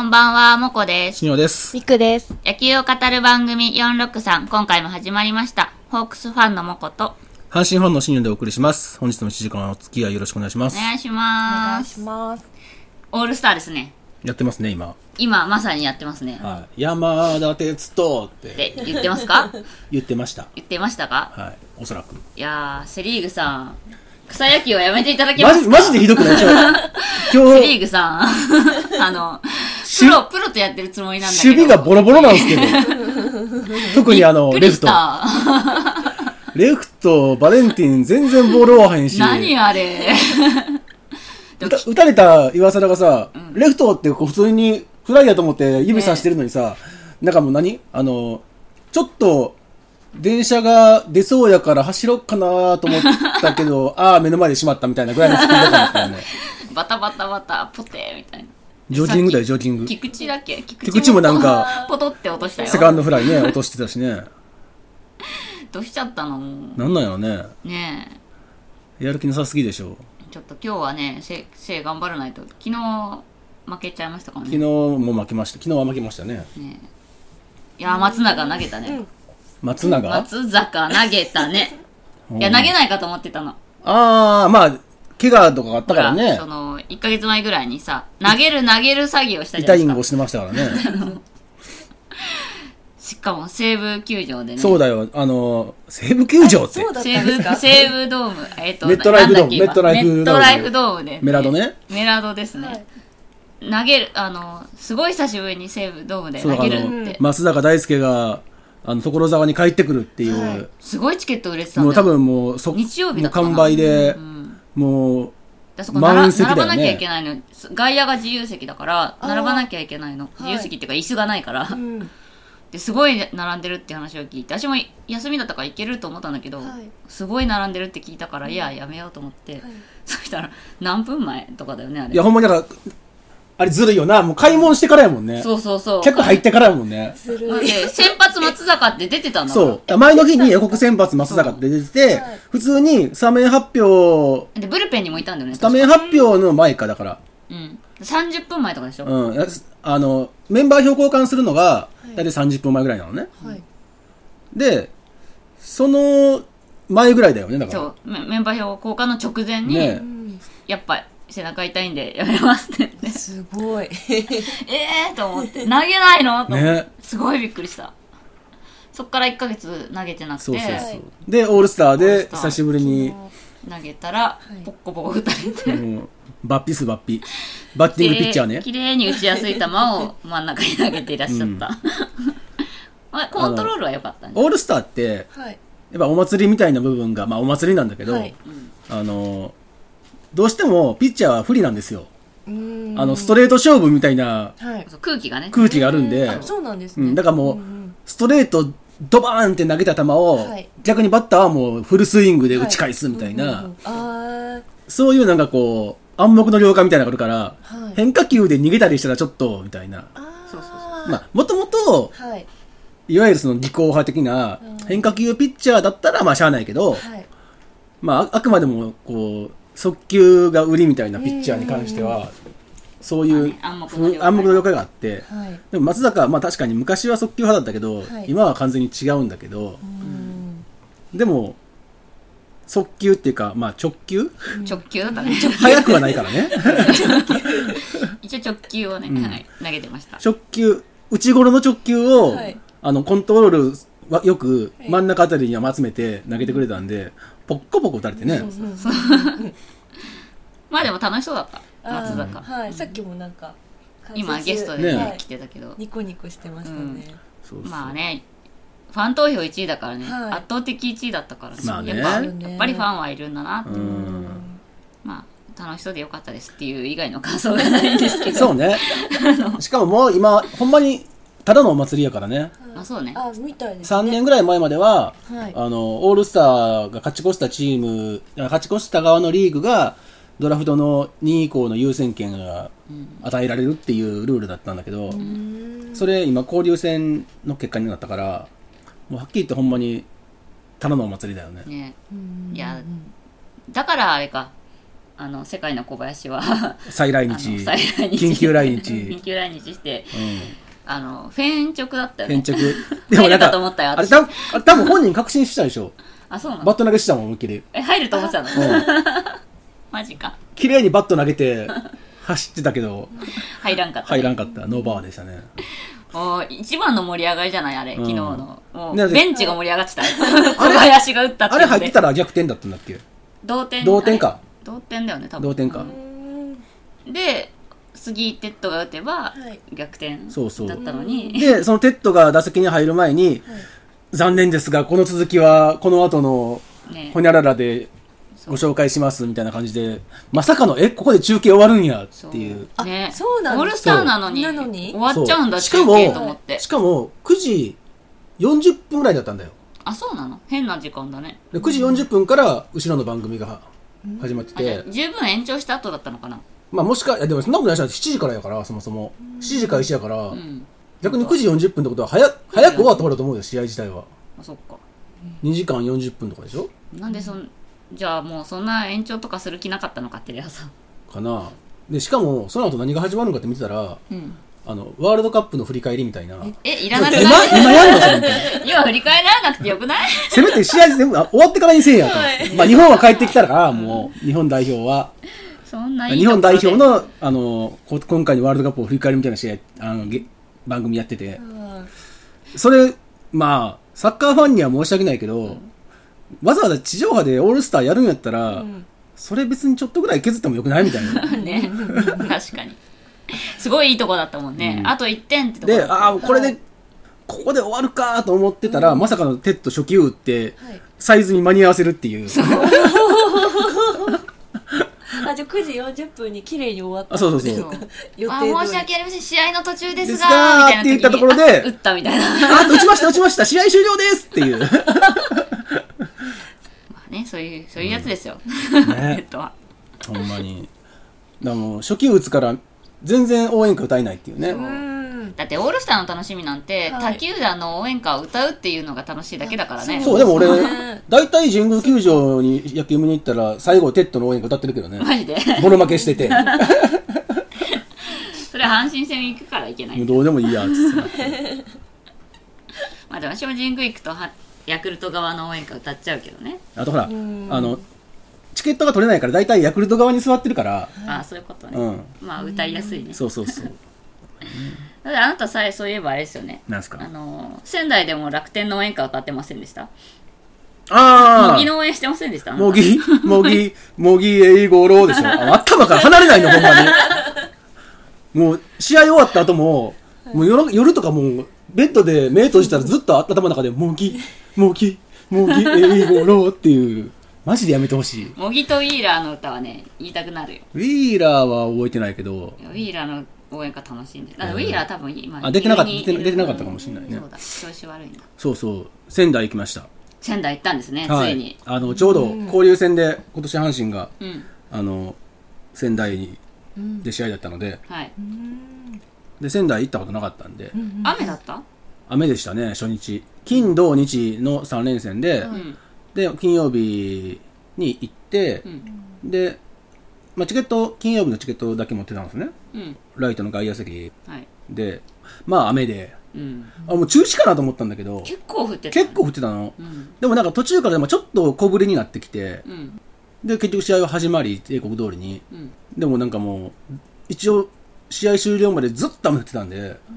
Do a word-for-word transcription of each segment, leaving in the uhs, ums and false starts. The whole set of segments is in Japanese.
んばんは、もこです。 しにょです。 みくです。 野球を語る番組よんろくさん、今回も始まりました。ホークスファンのもこと、 阪神ファンのしにょでお送りします。本日もいちじかんお付き合いよろしくお願いします。 お願いします。 お願いします。 オールスターですね。 やってますね、今。 今、まさにやってますね。 はい。山田哲人って。 って言ってますか言ってました。 言ってましたか？ はい。おそらく。 いやー、セリーグさん、草野球をやめていただけますか？ マジ、マジでひどくない？ 今日。セリーグさん、あの、プロ、プロとやってるつもりなんだけど。 守備がボロボロなんですけど。特にあの、レフト。レフト、バレンティン全然ボール合わへんし。 何あれ。 打た、打たれた岩貞がさ、うん、レフトってこう普通にフライやと思って指さしてるのにさ、ね、なんかもう何あの、ちょっと、電車が出そうやから走ろっかなと思ったけど、ああ、目の前でしまったみたいなぐらいのスピード感だったよね。 バタバタバタ、ポテーみたいな。 ジョギングだよ、ジョギング。 菊池だっけ？ 菊池もなんか、 ポトって落としたよ。 セカンドフライね、落としてたしね。 どうしちゃったの？ なんなんやろね。 ねえ。やる気なさすぎでしょ。 ちょっと今日はね、せ、せ頑張らないと。昨日、負けちゃいましたからね。 昨日も負けました。昨日は負けましたね。 ねいや、松永投げたね。うん、 松永松坂投げたね。いや、投げないかと思ってたの。 ああ、まあ、怪我とかがあったからね。 その、いっかげつまえぐらいにさ、投げる投げる作業したじゃないですか。 痛いんごしてましたからね。 しかも西武球場でね。 そうだよ。あの、西武球場って。 西武、西武ドーム。えっと、 メットライフドーム。 メットライフドーム。メットライフドームで、ね。 メラドね。 メラドですね。はい、投げる、あの、すごい久しぶりに西武ドームで投げるって。 松坂大輔が、あの、所沢に帰ってくるっていう。はい、 すごいチケット売れてたんだよ。 もう多分もう、そ日曜日だったかな。 完売で、うん、もう、 そこ並ばなきゃいけないの。外野が自由席だから、並ばなきゃいけないの。自由席っていうか椅子がないから。うんですごい並んでるって話を聞いて、私も休みだったから行けると思ったんだけど、はい、すごい並んでるって聞いたから、いややめようと思って、はい、そしたら何分前とかだよねあれ。 いやほんまにだからあれずるいよな、もう開門してからやもんね。 そうそうそう、 客入ってからやもんね。 ずるい。で先発松坂って出てたの。 そう前の日に予告先発松坂って出てて、はい、普通にスタメン発表でブルペンにもいたんだよね。 スタメン発表の前かだから、 うんさんじゅっぷんまえとかでしょ。 うん、あのメンバー表交換するのが大体さんじゅっぷんまえぐらいなのね、はい、でその前ぐらいだよね。だからそうメンバー表交換の直前に、ね、やっぱ背中痛いんでやめますってね。 すごいええと思って投げないのと思って、ね、すごいびっくりした。そっからいっかげつ投げてなくて、 そうそうそうでオールスターで久しぶりに投げたらポッコポコ打たれて、うんバッピスバッピバッティングピッチャーね。 綺麗に打ちやすい球を真ん中に投げていらっしゃった、うん、コントロールは良かったね。 オールスターって、はい、やっぱお祭りみたいな部分が、まあお祭りなんだけど、はい、あのどうしてもピッチャーは不利なんですよ。うーんあのストレート勝負みたいな、はい、 空気がね空気があるんで、 あそうなんですね、 うん、だからもう、うん、ストレートドバーンって投げた球を、はい、逆にバッターはもうフルスイングで打ち返すみたいな、はいうんうん、あそういうなんかこう暗黙の了解みたいなのがあるから、はい、変化球で逃げたりしたらちょっとみたいな。まあもともといわゆるその技巧派的な変化球ピッチャーだったらまあしゃあないけど、はい、まあ あ, あくまでもこう速球が売りみたいなピッチャーに関してはそういう暗黙の了解があって、はい、でも松坂はまあ確かに昔は速球派だったけど、はい、今は完全に違うんだけど、でも速球っていうか、まあ直球直球だったね。 速くはないからね。 一応直球をね、うんはい、投げてました。 直球、内頃の直球を、はい、あのコントロールはよく真ん中あたりに集めて投げてくれたんで、ポッコポコ打たれてね。そうそうそうまあでも楽しそうだった。松坂。 はい、さっきもなんか今ゲストで、ねね、来てたけど、 ニコニコしてましたね。うん、 そうそうまあね。ファン投票いちいだからね、はい、圧倒的いちいだったから、ねまあね、やっぱやっぱりファンはいるんだなって。うんまあ楽しそうでよかったですっていう以外の感想がないんですけど。 そうね。しかももう今ほんまにただのお祭りやからね。はい、 あそうね。 あみたいですね。 さんねんぐらい前までは、はい、あのオールスターが勝ち越したチーム勝ち越した側のリーグがドラフトのにい以降の優先権が与えられるっていうルールだったんだけど、うん、それ今交流戦の結果になったから。もうはっきり言ってほんまにただのお祭りだよね。 ねいやだからあれかあの世界の小林は再来日再来日緊急来日緊急来日して、うん、あのフェーン直だったよね。 フェーン直でもなんか入るかと思ったよ。 あれ多分多分本人確信したでしょ。 あ、そうなの。 バット投げしたもん思いっきり。 え、入ると思ってたの。うん、マジか。 綺麗にバット投げて走ってたけど入らんかった、 ね、入らんかった。ノーバーでしたね。 お一番の盛り上がりじゃないあれ、昨日の。もうね、 ベンチが盛り上がってた。小林が打ったって。 あれ入ってたら逆転だったんだっけ。 同点。 同点か。 同点だよね、多分。 同点か。 で、杉テッドが打てば逆転だったのに。そうそう。 で、そのテッドが打席に入る前に、はい、残念ですが、この続きはこの後のホニャララでご紹介しますみたいな感じで、まさかの、え、ここで中継終わるんやっていう。 そうね。 そうなんだ。 オールスターなのに、 なのに終わっちゃうんだ、 しかも、 中継と思って。 しかも、くじよんじゅっぷんぐらいだったんだよ。 あ、そうなの？変な時間だね。 でくじよんじゅっぷんから後ろの番組が始まってて。 十分延長した後だったのかな。 まあもしか、いやでもそんなことないし、しちじからやから、そもそも。しちじ開始やから、うん、逆にくじよんじゅっぷんってことは早、早く終わった方だと思うよ、試合自体は。 あ、そっか。 にじかんよんじゅっぷんとかでしょ。 なんでそん、じゃあもうそんな延長とかする気なかったのか、テレ朝かな。で、しかも、その後何が始まるのかって見てたら、うん、あの、ワールドカップの振り返りみたいな。 え、いらなくない？ 今、今やんのそれみたいな。 今振り返らなくてよくない？ せめて試合全部終わってからにせえやと。まあ日本は帰ってきたら、もう、日本代表は、 そんないい日本代表の、あの、今回のワールドカップを振り返るみたいな試合、あの、番組やってて、それ、まあ、サッカーファンには申し訳ないけど、うん、わざわざ地上波でオールスターやるんやったら、うん、それ別にちょっとぐらい削ってもよくないみたいな。 ね。確かに。すごいいいとこだったもんね。うん、あといってんってとこで、ああ、これで、ここで終わるかと思ってたら、うん、まさかのテッド初球打って、はい、サイズに間に合わせるっていう。 あ、じゃあくじよんじゅっぷんに綺麗に終わった。 あ、そうそうそう。 あ、申し訳ありません、試合の途中ですが、みたいなって言ったところで、 打ったみたいな。 あ、打ちました、打ちました、試合終了ですっていう。まあね、そういう、そういうやつですよ。ね、ネットは。 ほんまに。だからもう、初球打つから、全然応援歌歌えないっていうね。 だってオールスターの楽しみなんて、はい、他球団の応援歌を歌うっていうのが楽しいだけだからね。 そう、でも俺、大体神宮球場に野球見に行ったら、最後テッドの応援歌歌ってるけどね。 マジでボロ負けしてて。 それは阪神戦行くからいけない。 どうでもいいやつって。 まあでも私も神宮行くとは、ヤクルト側の応援歌歌っちゃうけどね。 あとほら、あの、チケットが取れないから大体ヤクルト側に座ってるから。 ああ、そういうことね。うん、まあ歌いやすいね。 そうそうそう。 だからあなたさえそういえばあれですよね。 なんすか？ あの仙台でも楽天の応援歌歌ってませんでした？ ああ。 模擬の応援してませんでした？ 模擬模擬模擬英語ローでしょ。あ、頭から離れないのほんまに。もう試合終わった後も、もう 夜, 夜とかもうベッドで目閉じたらずっと頭の中で模擬模擬模擬英語ローっていう。マジでやめてほしい。 模擬とウィーラーの歌はね言いたくなるよ。 ウィーラーは覚えてないけど。 ウィーラーの応援歌楽しんで、だからウィーラー多分今あ出てなかった出て、出てなかったかもしれないね。 そうだ、調子悪いんだ。 そうそう、仙台行きました。 仙台行ったんですね、 はい、 ついに。 あのちょうど交流戦で今年阪神が、うん、あの仙台で試合だったので、うん、はい、で仙台行ったことなかったんで、 うんうん、雨だった？ 雨でしたね。初日金土日のさん連戦で、うん、で金曜日に行って、うん、でまあ、チケット金曜日のチケットだけ持ってたんですね、うん、ライトの外野席で、はい、まあ雨で、うん、あもう中止かなと思ったんだけど結構降ってた、ね、結構降ってたの、うん、でもなんか途中からでもちょっと小降りになってきて、うん、で結局試合は始まり英国通りに、うん、でもなんかもう一応試合終了までずっと雨降ってたんで、うん、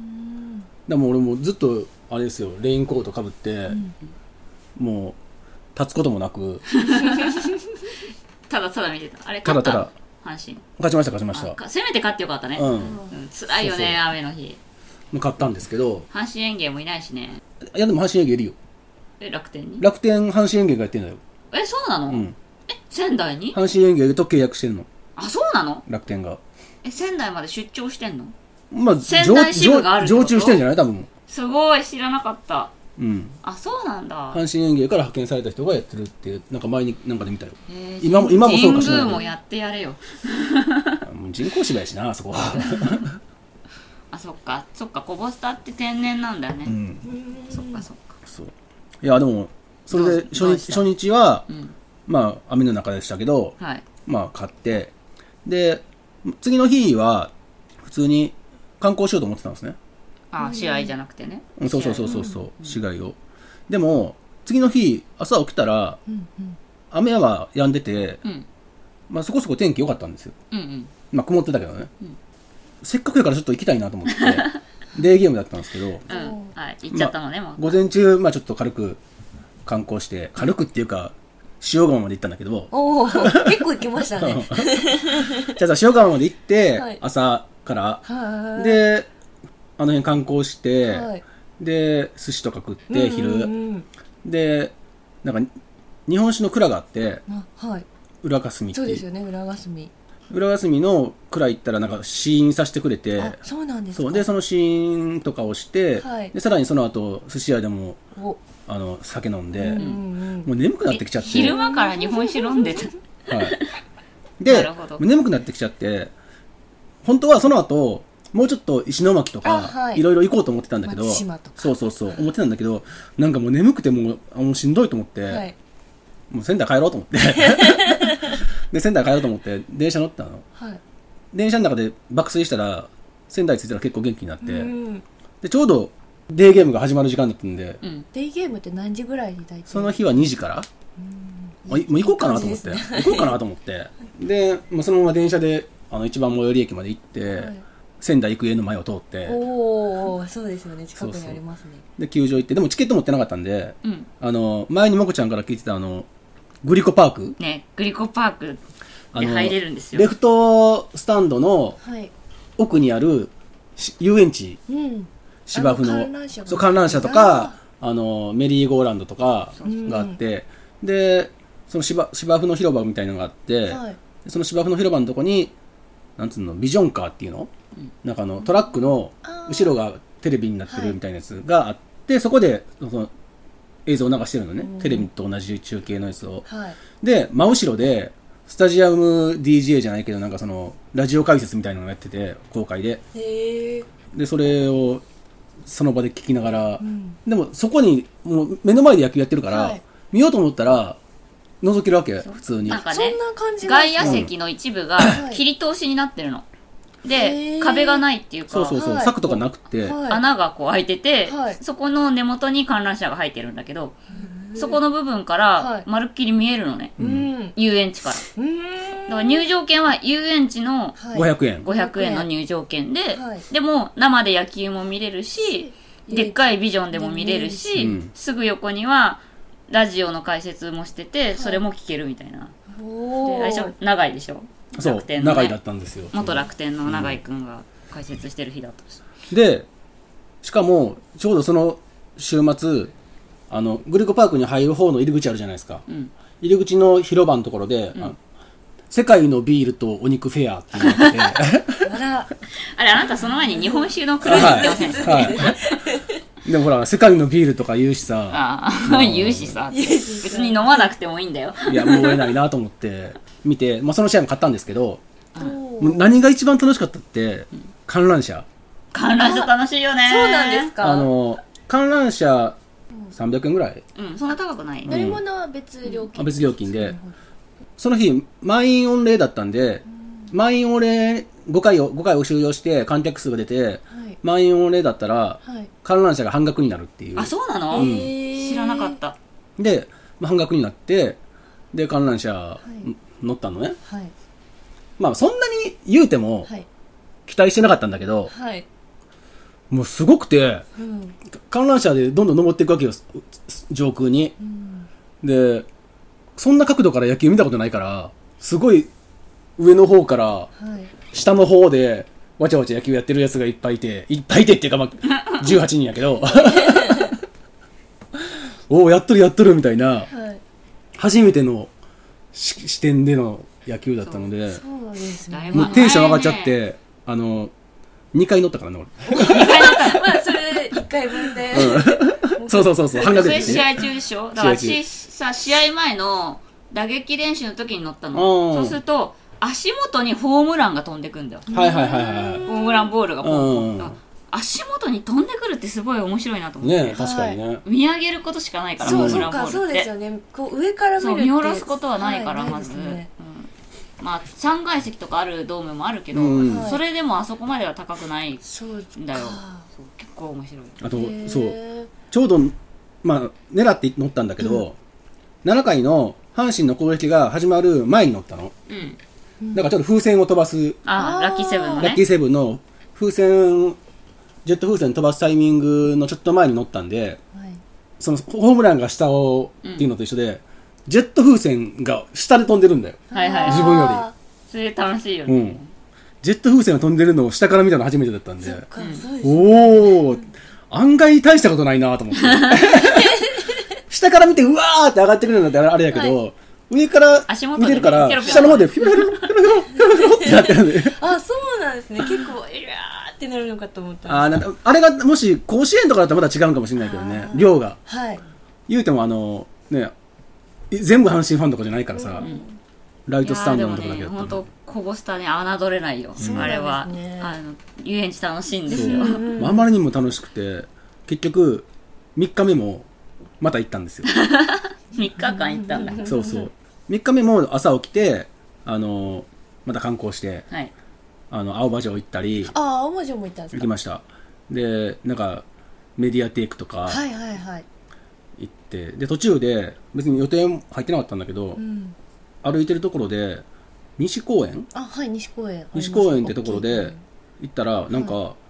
でも俺もずっとあれですよレインコートかぶって、うん、もう立つこともなくただただ見てた。あれただただ阪神勝ちました勝ちました。 せめて勝ってよかったね、うんうん、辛いよね。そうそう雨の日勝ったんですけど阪神園芸もいないしね。 いやでも阪神園芸いるよ。 え楽天に楽天阪神園芸がやってるんだよ。 えそうなの、うん、え仙台に阪神園芸と契約してるの。 あそうなの。 楽天がえ仙台まで出張してんの。 まあ仙台支部があるってこと。 常駐してんじゃない多分。 すごい知らなかった。 うん、 あそうなんだ。 阪神園芸から派遣された人がやってるってなんか前になんかで見たよ。今も今もそうかしらない。 神宮もやってやれよ。 もう人工芝やしなあそこは。 あそっかそっかコボスタって天然なんだよね、うん、そっかそっか。 そういやでもそれで初日初日は、うん、まあ雨の中でしたけど、はい、まあ勝ってで次の日は普通に観光しようと思ってたんですね。 ああ試合じゃなくてね、 うん、そうそうそうそうそう、うん、市街を。でも次の日朝起きたら、うんうん、雨は止んでて、うんまあ、そこそこ天気良かったんですよ、うんうんまあ、曇ってたけどね、うん、せっかくやからちょっと行きたいなと思ってデーゲームだったんですけど、うんはい、行っちゃったのね、まあ、 午前中、まあ、ちょっと軽く観光して軽くっていうか塩釜まで行ったんだけどお結構行きましたねじゃあ塩釜まで行って、はい、朝からであの辺観光して、はい、で寿司とか食って、うんうんうん、昼でなんか日本酒の蔵があって、はい、裏霞っていうそうですよね裏霞裏霞の蔵行ったらなんか試飲させてくれてあそうなんですか。 そうでその試飲とかをして、はい、でさらにその後寿司屋でもあの酒飲んで、うんうん、もう眠くなってきちゃって昼間から日本酒飲んでた、はい、 で眠くなってきちゃって本当はその後もうちょっと石巻とか、はい、いろいろ行こうと思ってたんだけどそうそうそう思ってたんだけどなんかもう眠くてもうあもうしんどいと思って、はい、もう仙台帰ろうと思ってで仙台帰ろうと思って電車乗ったの、はい、電車の中で爆睡したら仙台着いたら結構元気になって、うん、でちょうどデーゲームが始まる時間だったんで、 うん、デーゲームって何時ぐらいに大体その日はにじからうんもう行こうかなと思って、ね、行こうかなと思ってで、まあ、そのまま電車であの一番最寄り駅まで行って、はい仙台育英の前を通っておおそうですよね近くにありますね。そうそうで球場行ってでもチケット持ってなかったんで、うん、あの前にもこちゃんから聞いてたあのグリコパークねグリコパークで入れるんですよ。 レフトスタンドの奥にある遊園地、うん、芝生の観覧車、そう観覧車とかあのメリーゴーランドとかがあって、うん、でその 芝, 芝生の広場みたいなのがあって、はい、その芝生の広場のとこになんつうのビジョンカーっていうのなんかあのトラックの後ろがテレビになってるみたいなやつがあって、はい、そこでその映像を流してるのね、うん、テレビと同じ中継のやつを、はい、で真後ろでスタジアム ディージェー じゃないけどなんかそのラジオ解説みたいなのをやってて公開でへでそれをその場で聞きながら、うん、でもそこにもう目の前で野球やってるから、はい、見ようと思ったら覗けるわけ普通になんかねそんな感じ外野席の一部が切り通しになってるの、で壁がないっていうかそうそうそう、はい、柵とかなくて、 はい、穴がこう開いてて、はい、そこの根元に観覧車が入ってるんだけどそこの部分からまるっきり見えるのね、うん、遊園地からうんだから入場券は遊園地のごひゃくえんごひゃくえんの入場券で、はい、でも生で野球も見れるしでっかいビジョンでも見れるし、うん、すぐ横にはラジオの解説もしててそれも聞けるみたいな、はい、で最初長いでしょそう楽天の、ね、長井だったんですよ元楽天の長井くんが解説してる日だったし、 うん、でしかもちょうどその週末あのグリコパークに入る方の入り口あるじゃないですか、うん、入り口の広場のところで、うん、世界のビールとお肉フェアっていうのがあってあらあれあなたその前に日本酒のクルーズ行ってませんでした、はいはい、 でもほら世界のビールとか言うしさああ言うしさ別に飲まなくてもいいんだよいやもう得ないなと思って見て、まあ、その試合も買ったんですけど何が一番楽しかったって観覧車観覧車楽しいよねそうなんですかあの観覧車さんびゃくえんぐらいうんそんな高くない、 乗り物は別料金、 うん、別料金でその日満員御礼だったんで満員御礼ごかいをごかいを終了して観客数が出て、はい、満員御礼だったら、はい、観覧車が半額になるっていうあそうなの、うん、知らなかったで、まあ、半額になってで観覧車、はい、乗ったのね、はい、まあそんなに言うても、はい、期待してなかったんだけど、はい、もうすごくて、うん、観覧車でどんどん登っていくわけよ上空に、うん、でそんな角度から野球見たことないからすごい上の方から下の方でわちゃわちゃ野球やってるやつがいっぱいいていっぱいいてっていうか、まあ、じゅうはちにんやけどおおやっとるやっとるみたいな、はい、初めての視点での野球だったので、 そうですね、 もうテンション上がっちゃってあのにかい乗ったからね俺にかい乗ったまあそれでいっかいぶんで、 うん、そうそうそうそう半額で、ね、 それ試合中でしょだから試さ試合前の打撃練習の時に乗ったのそうすると足元にホームランが飛んでくんだよはいはいはいはいホームランボールがポンポン足元に飛んでくるってすごい面白いなと思ってね確かにね、はい、 見上げることしかないからそうそうかそうですよねこう上から見るってそう見下ろすことはないから、はい、まず、ねうまあさんがい席とかあるドームもあるけど、うん、それでもあそこまでは高くないんだよ。そう結構面白い。 あとそうちょうどまあ狙って乗ったんだけど、うん、ななかいの阪神の攻撃が始まる前に乗ったの、うん、だからちょっと風船を飛ばす、 あラッキーセブンのねラッキーセブンの風船ジェット風船飛ばすタイミングのちょっと前に乗ったんで、はい、そのホームランが下をっていうのと一緒で、うん、ジェット風船が下で飛んでるんだよ、 はいはい、 自分より。 それ楽しいよね、 うん、ジェット風船が飛んでるのを下から見たの初めてだったんで、うん、おお案外大したことないなと思って下から見てうわーって上がってくるのってあれやけど、はい、上から見てるから下の方でフィロフィロフィロフィロフィロフィロってなってるんであ、そうなんですね。結構いやーってなるのかと思ったあなんかあれがもし甲子園とかだったらまだ違うかもしれないけどね、量が、はい、言うてもあのね全部阪神ファンとかじゃないからさ、うん、ライトスタンドのとこだけだった本当こぼしたね侮れないよ、うん、あれは、ね、あの遊園地楽しいんですよ、うん、 あまりにも楽しくて結局みっかめもまた行ったんですよみっかかん行ったんだそうそうみっかめも朝起きてあのまた観光して、はい、あの青葉城行ったりあ青葉城も行ったんですか。 行きました。でなんかメディアテイクとかはいはいはい行ってで途中で別に予定入ってなかったんだけど、うん、歩いてるところで西公園あはい西公園西公園ってところで行ったらなんか、はい、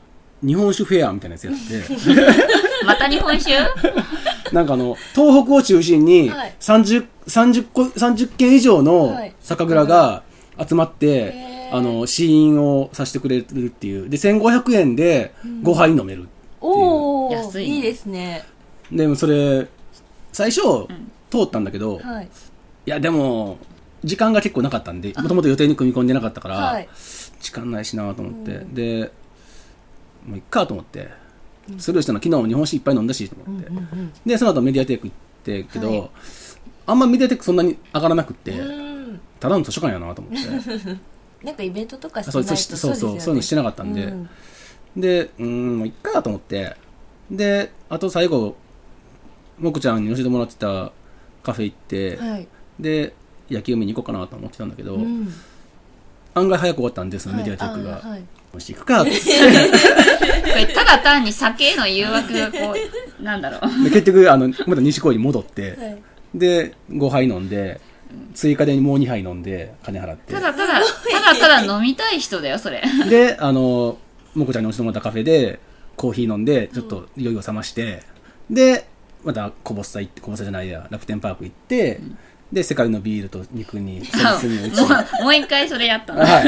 日本酒フェアみたいなやつやってまた日本酒なんかあの東北を中心にさんじゅう、さんじゅっこさんじゅっけん以上の酒蔵が集まって、はい、あの試飲をさせてくれるっていうでせんごひゃくえんでごはい飲めるっていう、うん、 おー安い、いいですね。 でもそれ最初、うん、通ったんだけど、はい、いやでも時間が結構なかったんでもともと予定に組み込んでなかったから、はい、時間ないしなと思って、うん、でもういっかと思ってスルーしたの昨日も日本酒いっぱい飲んだしと思って、うんうんうん、でその後メディアテイク行ってけど、はい、あんまメディアテイクそんなに上がらなくって、うん、ただの図書館やなと思ってなんかイベントとかしてないとそうそうそうそう、ね、そういうのしてなかったんで、うん、でうーんもういっかと思ってであと最後もこちゃんに教えてもらってたカフェ行って、はい、で野球見に行こうかなと思ってたんだけど、うん、案外早く終わったんです、はい、メディアテイクが、はい、もし行くかってこれただ単に酒への誘惑がこうなんだろうで結局あのまた西公園に戻って、はい、でごはい飲んで追加でもうにはい飲んで金払ってただただただただ飲みたい人だよそれであのもこちゃんに教えてもらったカフェでコーヒー飲んでちょっと酔いを覚まして、うん、でまたこぼさ行ってこぼさじゃないや楽天パーク行って、うん、で世界のビールと肉にもうもう一回それやったの、 はい、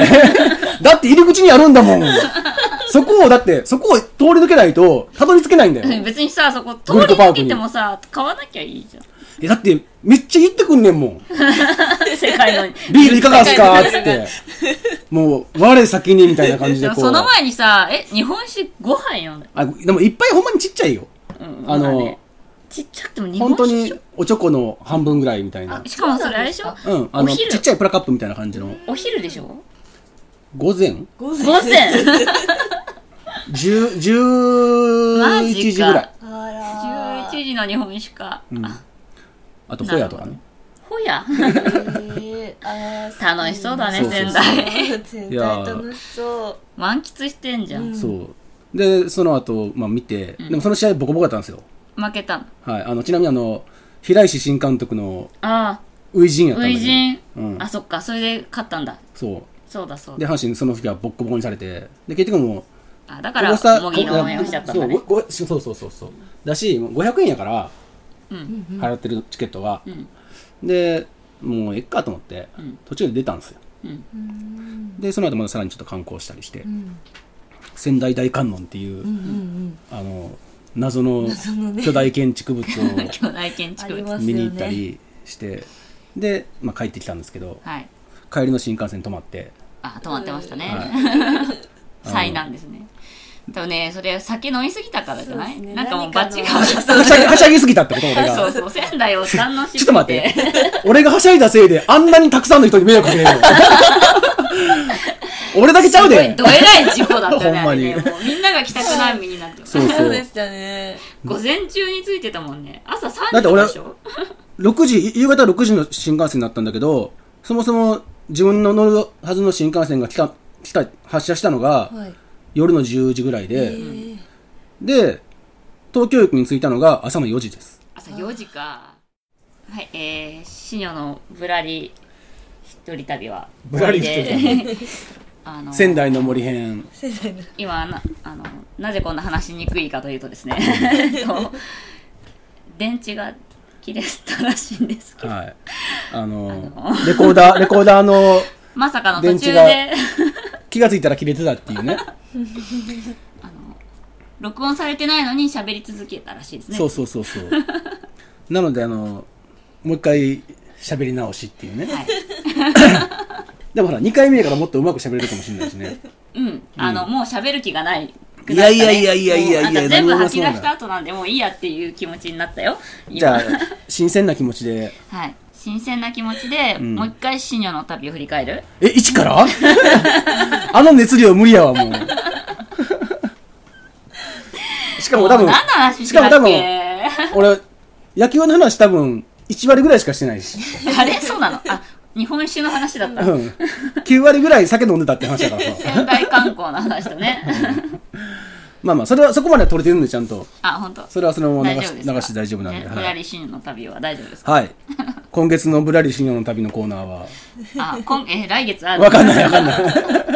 だって入り口にあるんだもんそこをだってそこを通り抜けないとたどり着けないんだよ別にさそこ通り抜けてもさ買わなきゃいいじゃんえだってめっちゃ言ってくんねんもん世界のビールいかがっすかっつってもう我先にみたいな感じでこうその前にさえ日本酒ごはい飲んだあでもいっぱいほんまにちっちゃいよ、うん、あの、ね、 ちっちゃくても日本酒本当におチョコの半分ぐらいみたいなしかもそれあれでしょうんあのちっちゃいプラカップみたいな感じのお昼でしょ午前午前じゅう、じゅういちじぐらいじゅういちじの日本酒か、 うん、あ, あとホヤとかねホヤ、えー、あ楽しそうだね仙台仙台楽しそう満喫してんじゃん、うん、 そうでその後、まあ見て、うん、でもその試合ボコボコだったんですよ負けたの、 はい、あのちなみにあの平石新監督の初陣やったんだけど初陣、うん、あそっかそれで勝ったんだそうそうだそうだで阪神その時はボッコボコにされてで結局もうあだから模擬の応援をしちゃったんだねそうそうそうそうそうだしごひゃくえんやから、うん、払ってるチケットが、うん、でもうえっかと思って、うん、途中で出たんですよ、うん、でその後またさらにちょっと観光したりして、うん、仙台大観音っていう、うんうんうん、あの謎の巨大建築物を巨大建築物見に行ったりして、で、まあ、帰ってきたんですけど、はい、帰りの新幹線止まってあ止まってましたね、はい、災難ですねでもねそれ酒飲みすぎたからじゃない、ね、なんかもうバチがはしゃぎすぎたってこと俺がそうそう仙台を堪能しすぎてちょっと待って俺がはしゃいだせいであんなにたくさんの人に迷惑かけるの俺だけちゃうでどえらい事故だったねほんまにもうみんなが帰宅難民になってそうそうそうでしたね午前中に着いてたもんね朝さんじでしょろくじ夕方ろくじの新幹線になったんだけどそもそも自分の乗るはずの新幹線が来た、来た、発車したのが、はい、夜のじゅうじぐらいで、で、東京駅に着いたのが朝のよじです。 朝よじか。はい、えー、シニョのぶらり一人旅は、 ぶらり一人旅。あのー、仙台の森編。 今な、あの、なぜこんな話しにくいかというとですね、電池が切れたらしいんですけど、はい、 あのー、あのー、レコーダー、レコーダーの、 まさかの途中で気がついたら切れてたっていうね。 あの録音されてないのに喋り続けたらしいですね。 そうそうそうそう。なのであのもう一回喋り直しっていうね。はい、でもほらにかいめからもっとうまく喋れるかもしれないしね。 うん。あの、うん、もう喋る気がない。 いやいやいやいやいやいや、 全部吐き出した後なんでもういいやっていう気持ちになったよ。 じゃあ新鮮な気持ちで。 はい。新鮮な気持ちで、うん、もう一回シニョの旅を振り返る。 え、一からあの熱量無理やわ、もう。しかも多分、 何の話してたっけ？しかも多分、 俺、野球の話多分、いちわりぐらいしかしてないし。 あれそうなの？あ、日本酒の話だった。うん。 きゅうわりぐらい酒飲んでたって話だからさ。 仙台観光の話とね。 まあまあ、それは、そこまでは取れてるんで、ちゃんと。 あ、本当。 それはそのまま流し、流して大丈夫なんで。 ね、はい、ブラリシニョの旅は大丈夫ですか？ はい。今月のブラリシニョの旅のコーナーは。 あ、今、え、来月ある？ わかんないわかんない。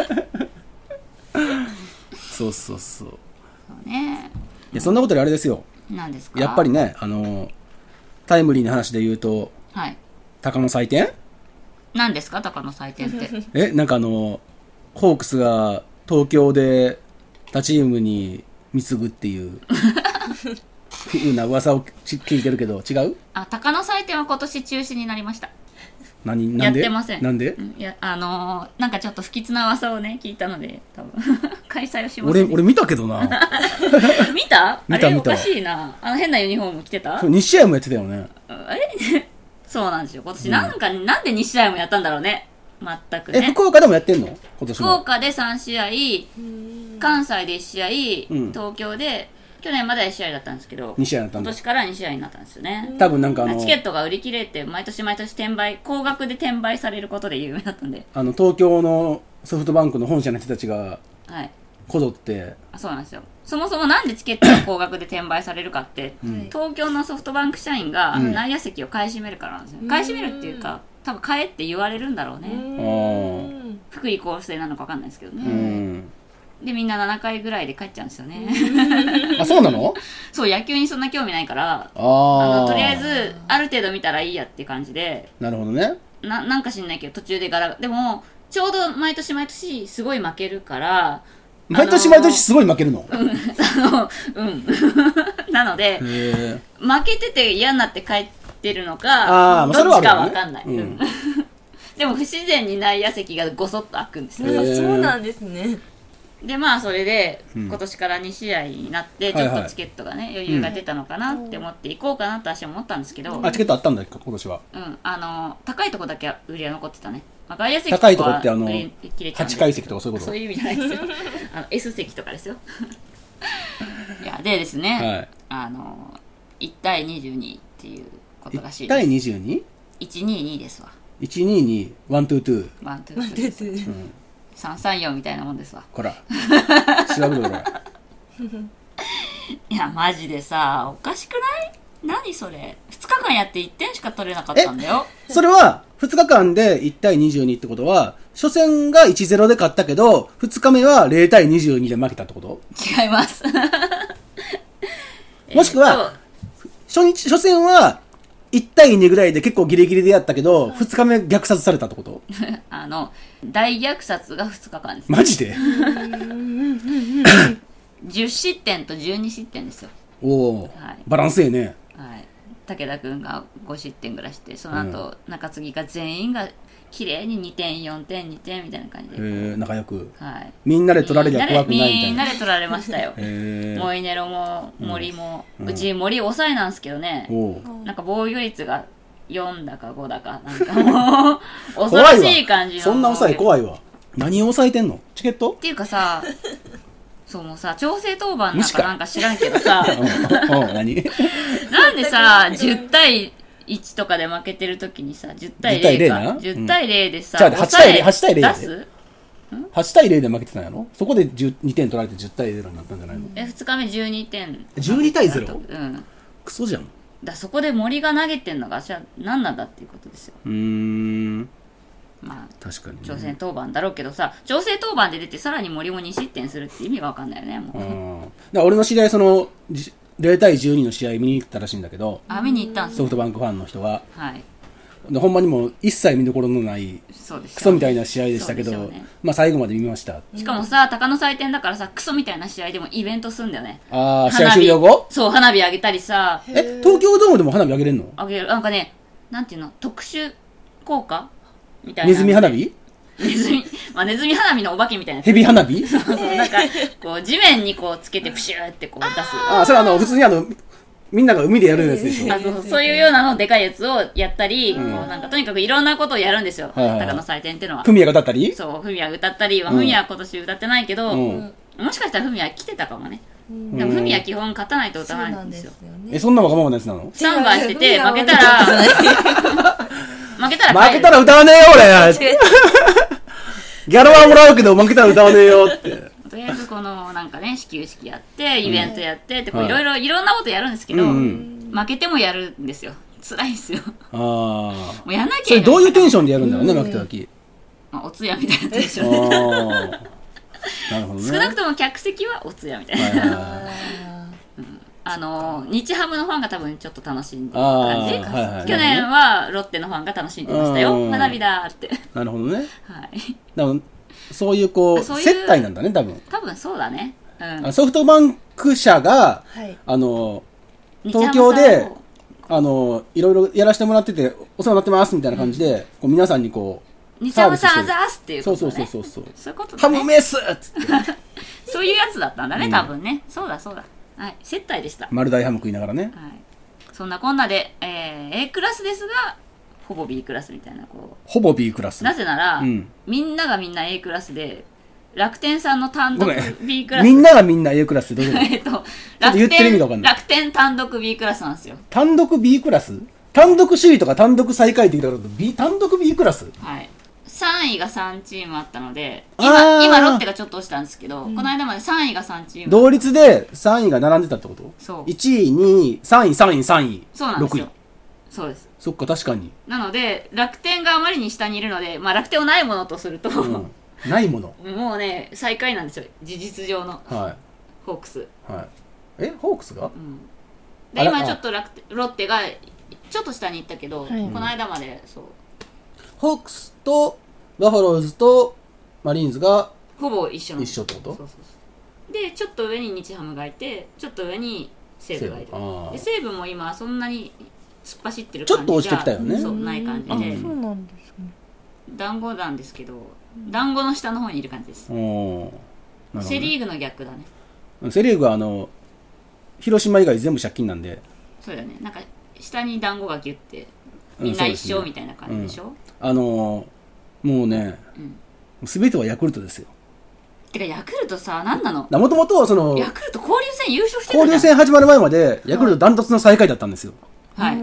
そうそうそう。 そうね。 いや、そんなことよりあれですよ。 何ですか？ やっぱりね、あの、タイムリーな話で言うと、 はい。 鷹の祭典？ 何ですか、鷹の祭典って。 え、なんかあの、ホークスが東京で他チームに貢ぐっていう、いうな噂を聞いてるけど、違う？ あ、鷹の祭典は今年中止になりました。 何？なんで？ やってません。 なんで？ うん、いや、あのー、なんかちょっと不吉な噂をね、聞いたので、多分、開催をします、 ね。俺、俺見たけどな。 見た？ 見た見た。 おかしいな。あの変なユニフォーム着てた？ に試合もやってたよね。 あれそうなんですよ。今年なんか、うん、なんでに試合もやったんだろうね。全くね。 え、福岡でもやってんの？今年も。 福岡でさん試合、関西でいち試合、うん、東京で、去年まではいち試合だったんですけど、 に試合だったんだ。 今年からに試合になったんですよね。 多分なんかあの、 チケットが売り切れて、毎年毎年転売、高額で転売されることで有名だったんで。 あの、東京のソフトバンクの本社の人たちが、 はい。 こぞって。 あ、そうなんですよ。そもそもなんでチケットが高額で転売されるかって、うん、東京のソフトバンク社員が内野席を買い占めるからなんですよ。うん、買い占めるっていうか、多分買えって言われるんだろうね。うん福利厚生なのか分かんないですけどね。うんでみんなななかいぐらいで帰っちゃうんですよね。 あ、そうなの？ そう、野球にそんな興味ないから、ああのとりあえずある程度見たらいいやって感じで。 なるほどね。 な、なんか知んないけど途中でガラでもちょうど毎年毎年すごい負けるから。 毎年毎年すごい負けるの？ うん。あの、うん。なので、負けてて嫌になって帰ってるのか、どっちかわかんない。うん、でも不自然に内野席がごそっと開くんですよ。 そうなんですね。 でまあそれで今年からに試合になってちょっとチケットがね、はいはい、余裕が出たのかなって思って行こうかなと私は思ったんですけど、 あ、チケットあったんだ今年は。 うんあの高いとこだけ売りは残ってたね。まあ、外野席とかは高いとこってあのはちかい席とかそういうこと？ そういう意味じゃないですよ。あの S 席とかですよ。いやでですね、はい、あのいち対にじゅうにっていうことらしいです。いち対 にじゅうに？ いちにに ですわ。いちにに、ワントゥートゥー。 ワントゥートゥー。うん、 さんさんよんみたいなもんですわ。 こら調べろこら。 いやマジでさおかしくない？何それふつかかんやっていってんしか取れなかったんだよ。 それはふつかかんでいち対にじゅうにってことは初戦が いちたいゼロ で勝ったけどふつかめはゼロ対にじゅうにで負けたってこと？ 違います。 もしくは初日初戦はいち対にぐらいで結構ギリギリでやったけど、ふつかめ虐殺されたってこと？ あの、大虐殺がふつかかんです、 ね。マジで？ じゅう失点とじゅうに失点ですよ。 おー、はい、バランスええね。 はい。武田君がご失点ぐらいして、その後、うん、中継ぎが全員が綺麗ににてん、よんてん、にてんみたいな感じで。 へー、仲良く。 はい。 みんなで取られりゃ怖くないみたいな。 みんなで取られましたよ。へー。モイネロも森も、うん、うち森抑えなんですけどね、うん、なんか防御率がよんだかごだか、なんかもう、恐ろしい感じの。 そんな抑え怖いわ。何を抑えてんの？チケット？ っていうかさ、そうもうさ、調整当番なんかなんか知らんけどさ、 何？ なんでさ、じゅう対いちとかで負けてる時にさじゅうたいゼロかじゅうたいゼロでさ、 じゃあはちたいゼロ、はちたいゼロで出すはちたいゼロで負けてたんやろ。そこでにてん取られてじゅうたいゼロになったんじゃないの。 えふつかめじゅうにてんじゅうにたいゼロ。 うんクソじゃん。 だそこで森が投げてんのがじゃあ何なんだっていうことですよ。 うーんまあ確かに、ね、 挑戦登板だろうけどさ調整登板で出てさらに森もに失点するって意味が分かんないよねもう。 うんだから俺の知り合いそのゼロたいじゅうにの試合見に行ったらしいんだけど、 あ見に行ったんですソフトバンクファンの人が、 はい、 でほんまにもう一切見どころのないそうでしょうねクソみたいな試合でしたけど、 ね、 まあ最後まで見ました。 しかもさ鷹の祭典だからさクソみたいな試合でもイベントすんだよね。 ああ試合終了後そう花火あげたりさえ東京ドームでも花火あげれんの。 あげるなんかねなんていうの特殊効果みたいなネズミ花火ネズミ、まあ、ネズミ花火のお化けみたいなヘビ花火そうそうなんかこう地面にこうつけてプシューってこう出すああそれはあの普通にあのみんなが海でやるやつでしょ。 あそうそういうようなのでかいやつをやったり、うん、こうなんかとにかくいろんなことをやるんですよ、はいはい、鷹の祭典っていうのは。 フミヤが歌ったりそうフミヤが歌ったり、まあ、フミヤは今年歌ってないけど、うん、もしかしたらフミヤ来てたかもね、うん、でもフミヤ基本勝たないと歌わないんですよ。 そうなんですよね。 えそんなわがままなやつなの。 スタンバイしてて負けたら負けたら負けたら歌わねえよ俺ギャラはもらうけど負けたら歌わねえよってとりあえずこのなんかね始球式やってイベントやってっていろいろいろんなことやるんですけど、うんうん、負けてもやるんですよ。辛いですよ。ああもうやんなきゃいけない。 それどういうテンションでやるんだろうね、うん、負けた時、 まあ、お通夜みたいなテンションであなるほどね。 少なくとも客席はお通夜みたいな、はいはいはいうん、あの日ハムのファンが多分ちょっと楽しんでる感じ、はいはい、去年はロッテのファンが楽しんでましたよ。花火だーって。なるほどね。 はいだからそういうこう接待なんだね多分。 多分そうだね、うん、 ソフトバンク社が、はい、あの東京であのいろいろやらせてもらっててお世話になってますみたいな感じで、うん、こう皆さんにこう日ハムさんあざーすっていうことね。 そうそうそうそうそういうことだね。 ハムメースっつってそういうやつだったんだね、うん、多分ね。そうだそうだ、はい、接待でした。 丸大ハム食いながらね、はい、 そんなこんなで、えー、A クラスですがほぼ B クラスみたいなこうほぼ B クラス。 なぜなら、うん、みんながみんな A クラスで楽天さんの単独 B クラスみんながみんな A クラスってどういうことえっと楽天言ってる意味が分かんない。 楽天単独 B クラスなんですよ。 単独 B クラス単独首位とか単独最下位って言ったこと B 単独 B クラス。 はいさんいがさんチームあったので 今, 今ロッテがちょっと落ちたんですけど、うん、この間までさんいがさんチーム同率でさんいが並んでたってこと。 そういちいにいさんいさんいさんいそうなんですよ。そうです。 そっか確かに。 なので楽天があまりに下にいるので、まあ、楽天をないものとすると、うん、 ないものもうね最下位なんですよ事実上の、はい、ホークス、 はい、えホークスが、うん、 で今ちょっと楽天ロッテがちょっと下に行ったけど、はい、この間までそうホークスとバファローズとマリーンズがほぼ一緒の一緒ってこと。そうそうそうでちょっと上に日ハムがいてちょっと上に西武がいる。で西武も今そんなに突っ走ってる感じがちょっと落ちてきたよね。 そうない感じで、 そうなんですね。 団子なんですけど団子の下の方にいる感じです。おね、セリーグの逆だね。 セリーグはあの広島以外全部借金なんで。 そうだね。なんか下に団子がギュってみんな一緒みたいな感じでしょ、うんうん、 あのもうね、うん、全てはヤクルトですよ。 てかヤクルトさ何なの。 もともとそのヤクルト交流戦優勝してたじゃん。 交流戦始まる前までヤクルトダントツの最下位だったんですよ。はい。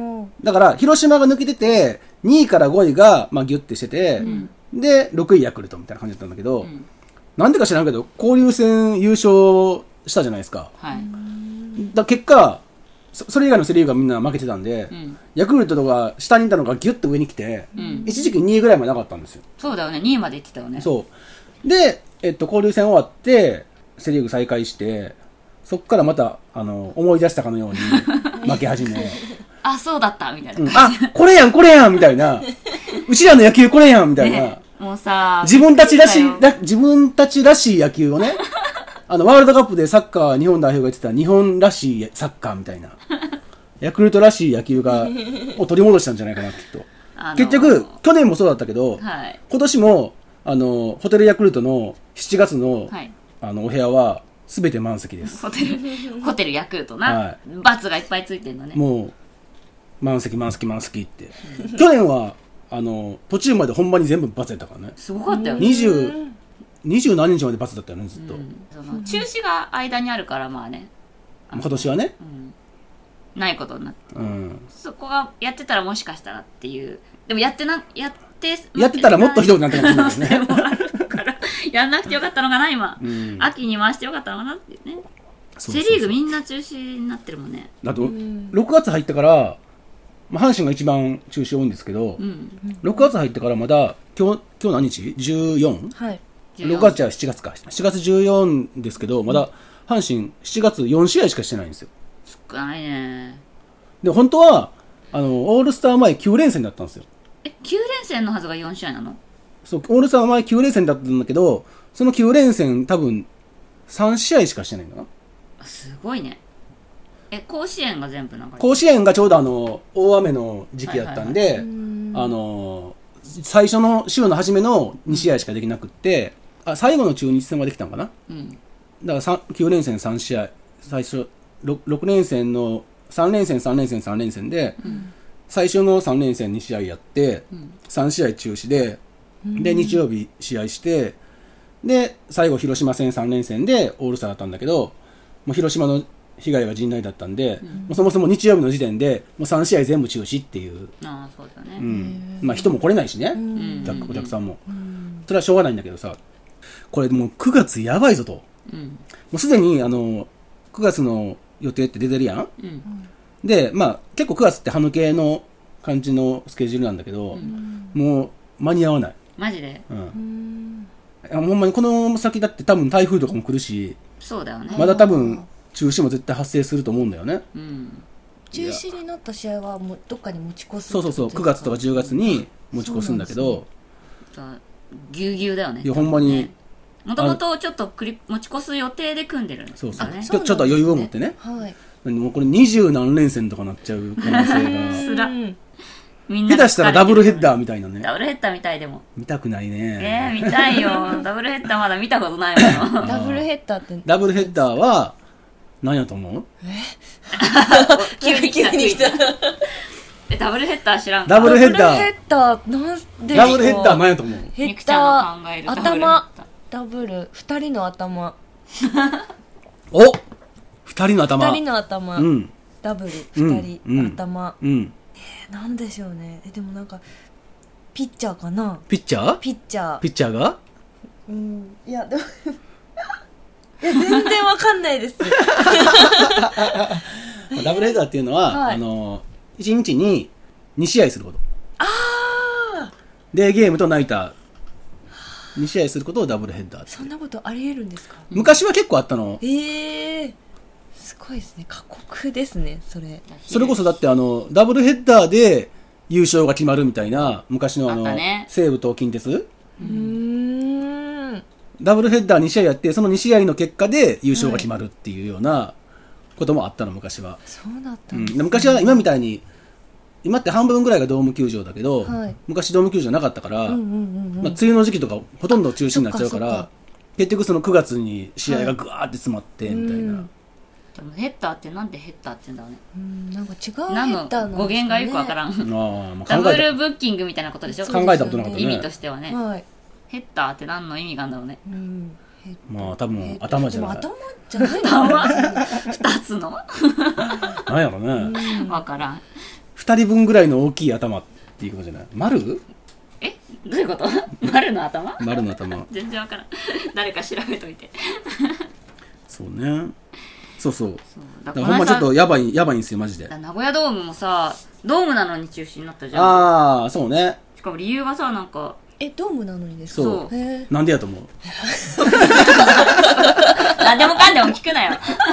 だから広島が抜けててにいからごいがまあギュッてしてて、うん、でろくいヤクルトみたいな感じだったんだけど、うん、なんでか知らんけど交流戦優勝したじゃないですか。はい。だ結果 そ, それ以外のセリーグがみんな負けてたんで、うん、ヤクルトが下にいたのがギュッと上に来て、うん、一時期にいぐらいまでなかったんですよ。 そうだよね。にいまで行ってたよね。 そうで、えっと、交流戦終わってセリーグ再開してそこからまたあの思い出したかのように負け始めあそうだったみたいな、うん、 あこれやんこれやんみたいなうちらの野球これやんみたいな、ね、 もうさ自分たちらしい自分たちらしい野球をねあのワールドカップでサッカー日本代表が言ってた日本らしいサッカーみたいなヤクルトらしい野球がを取り戻したんじゃないかなきっと、あのー、結局去年もそうだったけど、はい、今年もあのホテルヤクルトのしちがつ の,、はい、あのお部屋は全て満席です。 ホテルホテルヤクルトな、はい、バツがいっぱいついてるのね。 もう満席満席満席って去年はあの途中までほんまに全部バツやったからね。 すごかったよね。 にじゅう二十何日までバツだったよねずっと、うん、 その中止が間にあるからまあね今年はね、 ないことになって、 うん、 そこがやってたらもしかしたらっていう。でもやってなやってやってたらもっとひどくなってたかもしれないですね。 やんなくてよかったのかな今、 うん、 秋に回してよかったのかなっていうね。そうそうそう、セ・リーグみんな中止になってるもんね。 だとろくがつ入ってから、まあ、阪神が一番中止多いんですけど、うん、ろくがつ入ってからまだ今日今日何日 ?じゅうよん、はい、ろくがつはしちがつかしちがつじゅうよっかですけど、まだ阪神しちがつよんしあいしかしてないんですよ。 少ないね。 で本当はあのオールスター前きゅうれんせんだったんですよ。 えきゅうれんせんのはずがよんしあいなの？ そう、オールスター前きゅうれんせんだったんだけど、そのきゅうれんせん多分さんしあいしかしてないんだな。 すごいね。え甲子園が全部なんか甲子園がちょうどあの大雨の時期だったんで、はいはいはい、あの最初の週の初めのにしあいしかできなくって、うん、あ最後の中日戦はできたのかな、うん、だからきゅうれんせんさんしあい、最初 6, ろくれんせんのさんれんせんさんれんせんさんれんせんで、うん、最初のさんれんせんにしあいやって、うん、さんしあい中止で、うん、で日曜日試合して、で最後広島戦さんれんせんでオールスターだったんだけど、もう広島の被害が甚大だったんで、うん、もうそもそも日曜日の時点でもうさんしあい全部中止っていう。 ああそうだね、 うん、まあ人も来れないしね、うん、お客さんも、うん、それはしょうがないんだけどさ、これもうくがつやばいぞと、うん、もうすでにあのくがつの予定って出てるやん、うん、でまあ結構くがつって歯抜けの感じのスケジュールなんだけど、うん、もう間に合わない。 マジで、 うんうん、ほんまにこの先だって多分台風とかも来るし、 そうだよね、 まだ多分中止も絶対発生すると思うんだよね、うん、 中止になった試合はもうどっかに持ち越す。 そうそうそう、くがつとかじゅうがつに持ち越すんだけど、 ぎゅうぎゅうだよね。 いやほんまにもともとちょっとクリ持ち越す予定で組んでるんですよね。 そうそう、ちょっと余裕を持ってね、はい、もうこれ二十何連戦とかなっちゃう可能性がみんな下手したらダブルヘッダーみたいなね。 ダブルヘッダーみたいでも見たくないね。 えー、見たいよ。ダブルヘッダーまだ見たことないもん。 ダブルヘッダーってダブルヘッダーは何やと思う？え急に来た急に来たえダブルヘッダー知らんか？ ダブルヘッダーダブルヘッダーなんでダブルヘッダー何やと思う？ ヘッダー頭ダブル二人の頭お二人の頭二人の頭、うん、ダブル二人、うん、頭、うん、えー、なんでしょうね。えでもなんかピッチャーかな。 ピッチャーピッチャーピッチャーがうんいやでもいや全然わかんないですダブルヘッダーっていうのは、はい、あのいちにちににしあいすること。 ああデーゲームとナイターにしあいすることをダブルヘッダーって。 そんなことあり得るんですか？ 昔は結構あったの。 ええー、すごいですね。過酷ですねそれ。 それこそだってあのダブルヘッダーで優勝が決まるみたいな昔のあのあ、ね、西武と近鉄、うーんダブルヘッダーにしあいやってそのにしあいの結果で優勝が決まるっていうようなこともあったの昔は。 そうだったんですね、 うん、昔は今みたいに今って半分ぐらいがドーム球場だけど、はい、昔ドーム球場なかったから、うんうんうんうんまあ、梅雨の時期とかほとんど中止になっちゃうから結局そのくがつに試合がぐわーって詰まってみたいな、はい、 でもヘッダーってなんでヘッダーって言うんだろうね。 うんなんか違うヘッダーなんですかね。 語源がよくわからん。あ、まあ、ダブルブッキングみたいなことでしょ。 考えたことなかったね。 意味としてはね、はい、ヘッダーって何の意味があるんだろうね。うんまあ多分頭じゃない。 頭じゃない頭二つのなんやろね。 わからん。 二人分ぐらいの大きい頭っていうことじゃない。丸？ えどういうこと？丸の頭？ 丸の頭。 全然わからん。誰か調べといて。 そうね。そうそう。そうだからほんまちょっとやばいやばいんですよマジで。 名古屋ドームもさドームなのに中止になったじゃん。 ああそうね。 しかも理由がさなんか。 えドームなのにですか？ そうへなんでやと思う？ 何でもかんでも聞くなよ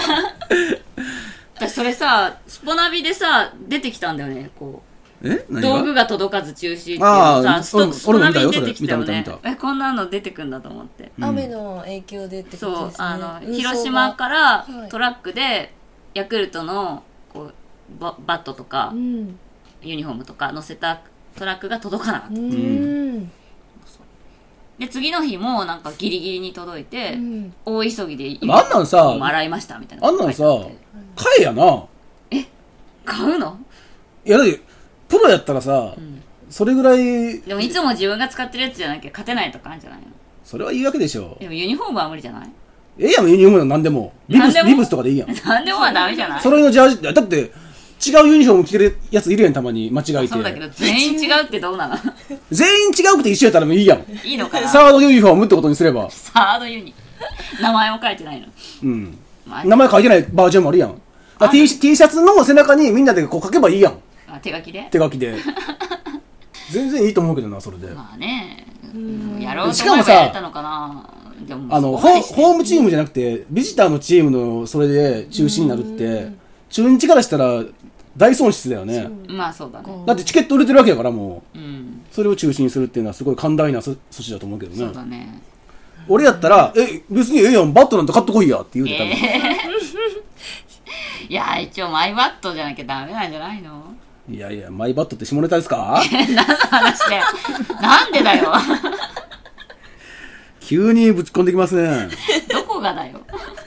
私それさスポナビでさ出てきたんだよねこうえ道具が届かず中止っていうのさスポ、スポナビに出てきたよね。えこんなの出てくんだと思って、 うん、雨の影響でってことですね。 そうあの広島からトラックでヤクルトのこう バ, バットとか、うん、ユニフォームとか乗せたトラックが届かなかった。うんで次の日もなんかギリギリに届いて、うん、大急ぎで今あんなんさ洗いましたみたいな。 あんなんさ買えやな。 え買うの？ いやだってプロやったらさ、うん、それぐらいでもいつも自分が使ってるやつじゃなきゃ勝てないとかあるんじゃないの？ それはいいわけでしょ。 でもユニフォームは無理じゃない？ ええやんユニフォームは何でもリブスリブスとかでいいやん。 何でもはダメじゃない？ それのジャージだって違うユニフォーム着てるやついるやん、たまに間違えて。 そうだけど全員違うってどうなの？ 全員違うくて一緒やったらもういいやん。 いいのかな。 サードユニフォームってことにすれば。 サードユニ名前も書いてないの。 うん、まあ、名前書いてないバージョンもあるやん。T, T シャツの背中にみんなでこう書けばいいやん。 あ、手書きで手書きで全然いいと思うけどな、それで。 まあね、うん、やろうと思えばやったのかな。でもあのホホームチームじゃなくてビジターのチームのそれで中止になるって中日からしたら大損失だよね。 まあそうだね。 だってチケット売れてるわけやからもう、うん、それを中止にするっていうのはすごい寛大な措置だと思うけどね。 そうだね。 俺やったらえ別にええやんバットなんて買ってこいやって言うてたの、えー、いや一応マイバットじゃなきゃダメなんじゃないの。 いやいやマイバットって下ネタですか？ 何の話だよ。なんでだよ。 急にぶち込んできますね。 どこがだよ。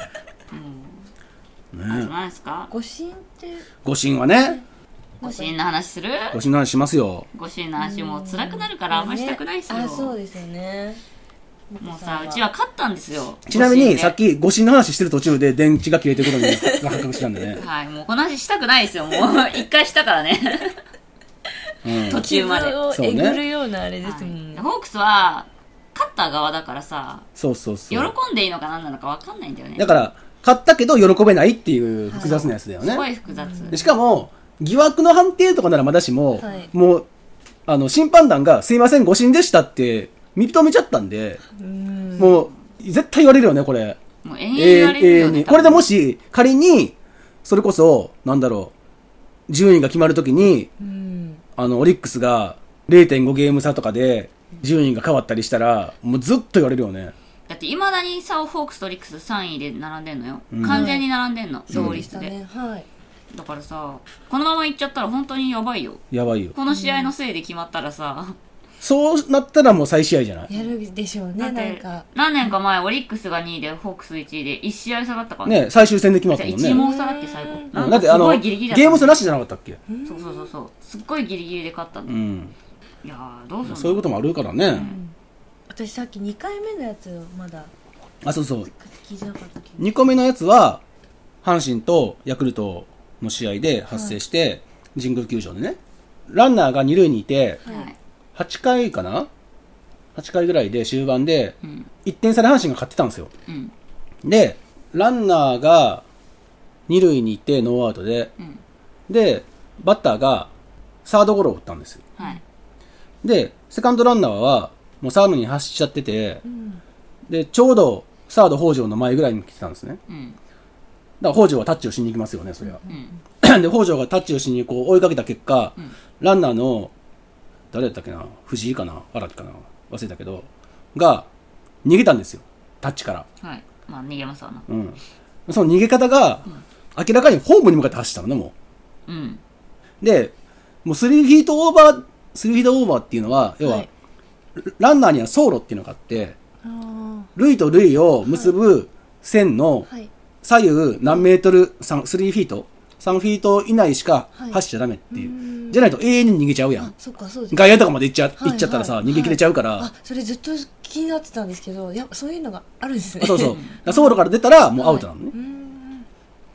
うん、ね、何ですか？ 誤審って誤審はね。 誤審の話する？ 誤審の話しますよ。 誤審の話も辛くなるからあんましたくないっすよ、ね、 あ、そうですよね。 もうさ、うちは勝ったんですよ。 ちなみにさっき誤審の話してる途中で電池が切れてることに発覚したんでね。 はい、もうこの話したくないですよ。もう一回したからね。うん、途中まで。 傷をえぐるようなあれですもんね。 はい、ホークスは勝った側だからさ、 そうそうそう。 喜んでいいのか何なのか分かんないんだよね。 だから勝ったけど喜べないっていう複雑なやつだよね。 すごい複雑。 でしかも疑惑の判定とかならまだしも、はい、もうあの審判団がすいません誤審でしたって認めちゃったんで、うんもう絶対言われるよねこれ。 もう延々言われるよね。 これでもし仮にそれこそなんだろう順位が決まるときに、うん、あのオリックスが れいてんご ゲーム差とかで順位が変わったりしたらもうずっと言われるよね。 だっていまだにサウホークスとオリックスさんいで並んでんのよ、うん、完全に並んでんの勝率で、ねはい、だからさこのままいっちゃったら本当にやばいよ。 やばいよ。 この試合のせいで決まったらさ、うん、 そうなったらもう再試合じゃない。 やるでしょうね。なんか何年か前オリックスがにいでホークスいちいでいち試合差だったからね。最終戦で決まったもんね。 いち問差だっけ最後。 だってあのゲーム差なしじゃなかったっけ。 そうそうそうそうすっごいギリギリで勝ったんだ、うん、いやーどうするの。 そういうこともあるからね、うん、 私さっきにかいめのやつをまだあそうそう聞いてなかったけどにこめのやつは阪神とヤクルトの試合で発生して、はい、神宮球場でねランナーがに塁にいて、はい、はちかいかなはちかいぐらいで終盤でいってん差で阪神が勝ってたんですよ、うん、でランナーがに塁にいてノーアウトで、うん、でバッターがサードゴロを打ったんですよ、はい、でセカンドランナーはもうサードに走っちゃってて、うん、でちょうどサード北条の前ぐらいに来てたんですね、うん、だから北条はタッチをしに行きますよねそれは、うん、で北条がタッチをしにこう追いかけた結果、うん、ランナーの誰だったっけな藤井かな荒木かな忘れたけどが逃げたんですよタッチから。 はいまあ逃げますわな、 うん、その逃げ方が、うん、明らかにホームに向かって走ったのねもう、うん、でもうスリーフィートオーバースリーフィートオーバーっていうのは要は、はい、ランナーには走路っていうのがあって塁と塁を結ぶ線の左右何メートルさん、スリーフィートさんフィート以内しか走っちゃダメっていう、はい、じゃないと永遠に逃げちゃうやん。そっかそうです。外野とかまで行っちゃ、はいはい、行っちゃったらさ逃げ切れちゃうから、はい、 あそれずっと気になってたんですけどやっぱそういうのがあるんですね。 そうそう走路から出たらもうアウトなのね、はい、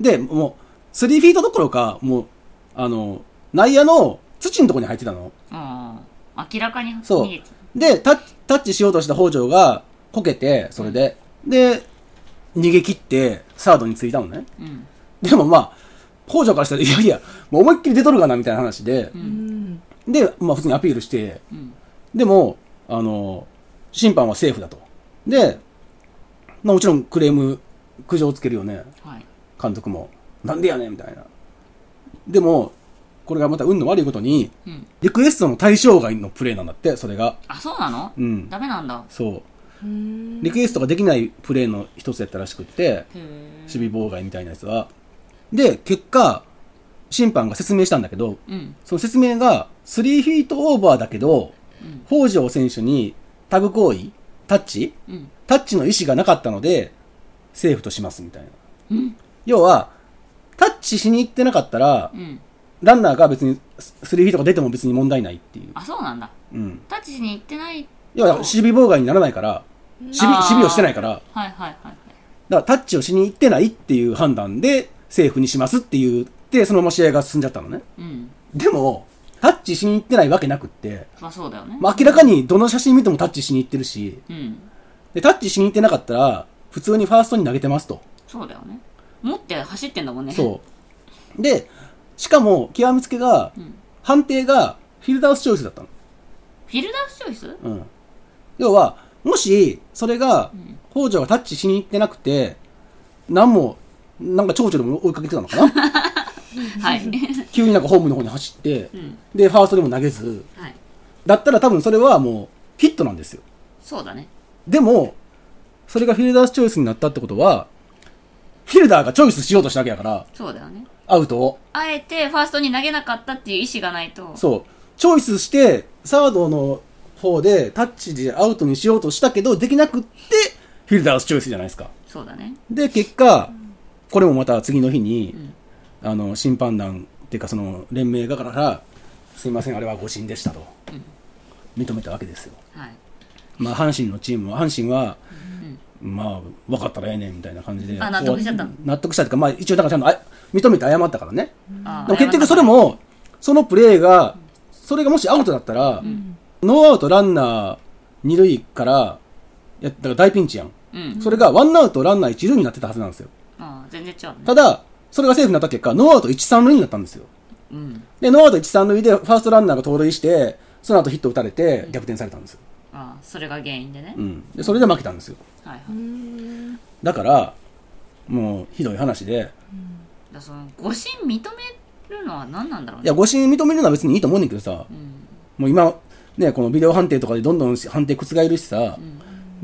でもうスリーフィートどころかもうあの内野の土のところに入ってたの。 あ明らかにそうでタッチ、タッチしようとした北条がこけてそれで、うん、で逃げ切ってサードに着いたのね、うん、でもまあ北条からしたらいやいやもう思いっきり出とるかなみたいな話で、うん、でまあ普通にアピールして、うん、でもあの審判はセーフだとで、まあ、もちろんクレーム苦情をつけるよね、はい、監督もなんでやねんみたいな。でもこれがまた運の悪いことに、うん、リクエストの対象外のプレーなんだってそれが。 あそうなの、うん、ダメなんだ。 そうリクエストができないプレーの一つやったらしくって守備妨害みたいなやつはで結果審判が説明したんだけど、うん、その説明がスリーフィートオーバーだけど、うん、北条選手にタグ行為タッチ、うん、タッチの意思がなかったのでセーフとしますみたいな、うん、要はタッチしに行ってなかったら、うん、ランナーが別にスリーフィートが出ても別に問題ないっていう。 あそうなんだ、うん、タッチしに行ってない要は守備妨害にならないから守備、守備をしてないから、 はいはいはい、 だからタッチをしに行ってないっていう判断でセーフにしますっていうってそのまま試合が進んじゃったのね、うん、でもタッチしに行ってないわけなくって、 まあそうだよね、 まあ、明らかにどの写真見てもタッチしに行ってるし、うん、でタッチしに行ってなかったら普通にファーストに投げてますと。 そうだよね、持って走ってんだもんね。 そうでしかも極めつけが、うん、判定がフィルダースチョイスだったの。 フィルダースチョイス、 うん、要はもしそれが、うん、北条がタッチしに行ってなくて何もなんか蝶々でも追いかけてたのかなはい、急になんかホームの方に走って、うん、でファーストでも投げず、はい、だったら多分それはもうヒットなんですよ。 そうだね。 でもそれがフィルダースチョイスになったってことはフィルダーがチョイスしようとしたわけやから。 そうだよね。 アウトをあえてファーストに投げなかったっていう意思がないと。 そうチョイスしてサードの方でタッチでアウトにしようとしたけどできなくってフィルダースチョイスじゃないですか。 そうだね。 で結果、うん、これもまた次の日に、うん、あの審判団っていうかその連盟側からすいませんあれは誤審でしたと、うん、認めたわけですよ、はい。まあ阪神のチームは阪神は、うん、まあ分かったらええねんみたいな感じであ納得しちゃったの。 納得したっていうかまあ一応だからちゃんとあ認めて謝ったからね、うん、でも結局それもそのプレーがそれがもしアウトだったら、うん、ノーアウトランナー二塁からやったら大ピンチやん、うん、それがワンアウトランナー一塁になってたはずなんですよ。 あ全然違う、ね、 ただそれがセーフになった結果ノーアウト一三塁になったんですよ、うん、でノーアウト一三塁でファーストランナーが盗塁してその後ヒット打たれて逆転されたんですよ、 うん、あそれが原因でね、 うん、でそれで負けたんですよ、はいはい、だからもうひどい話で、 うん、だその誤審認めるのは何なんだろうね。 いや誤審認めるのは別にいいと思うんだけどさ、うん、もう今ねこのビデオ判定とかでどんどん判定覆るしさ、うん、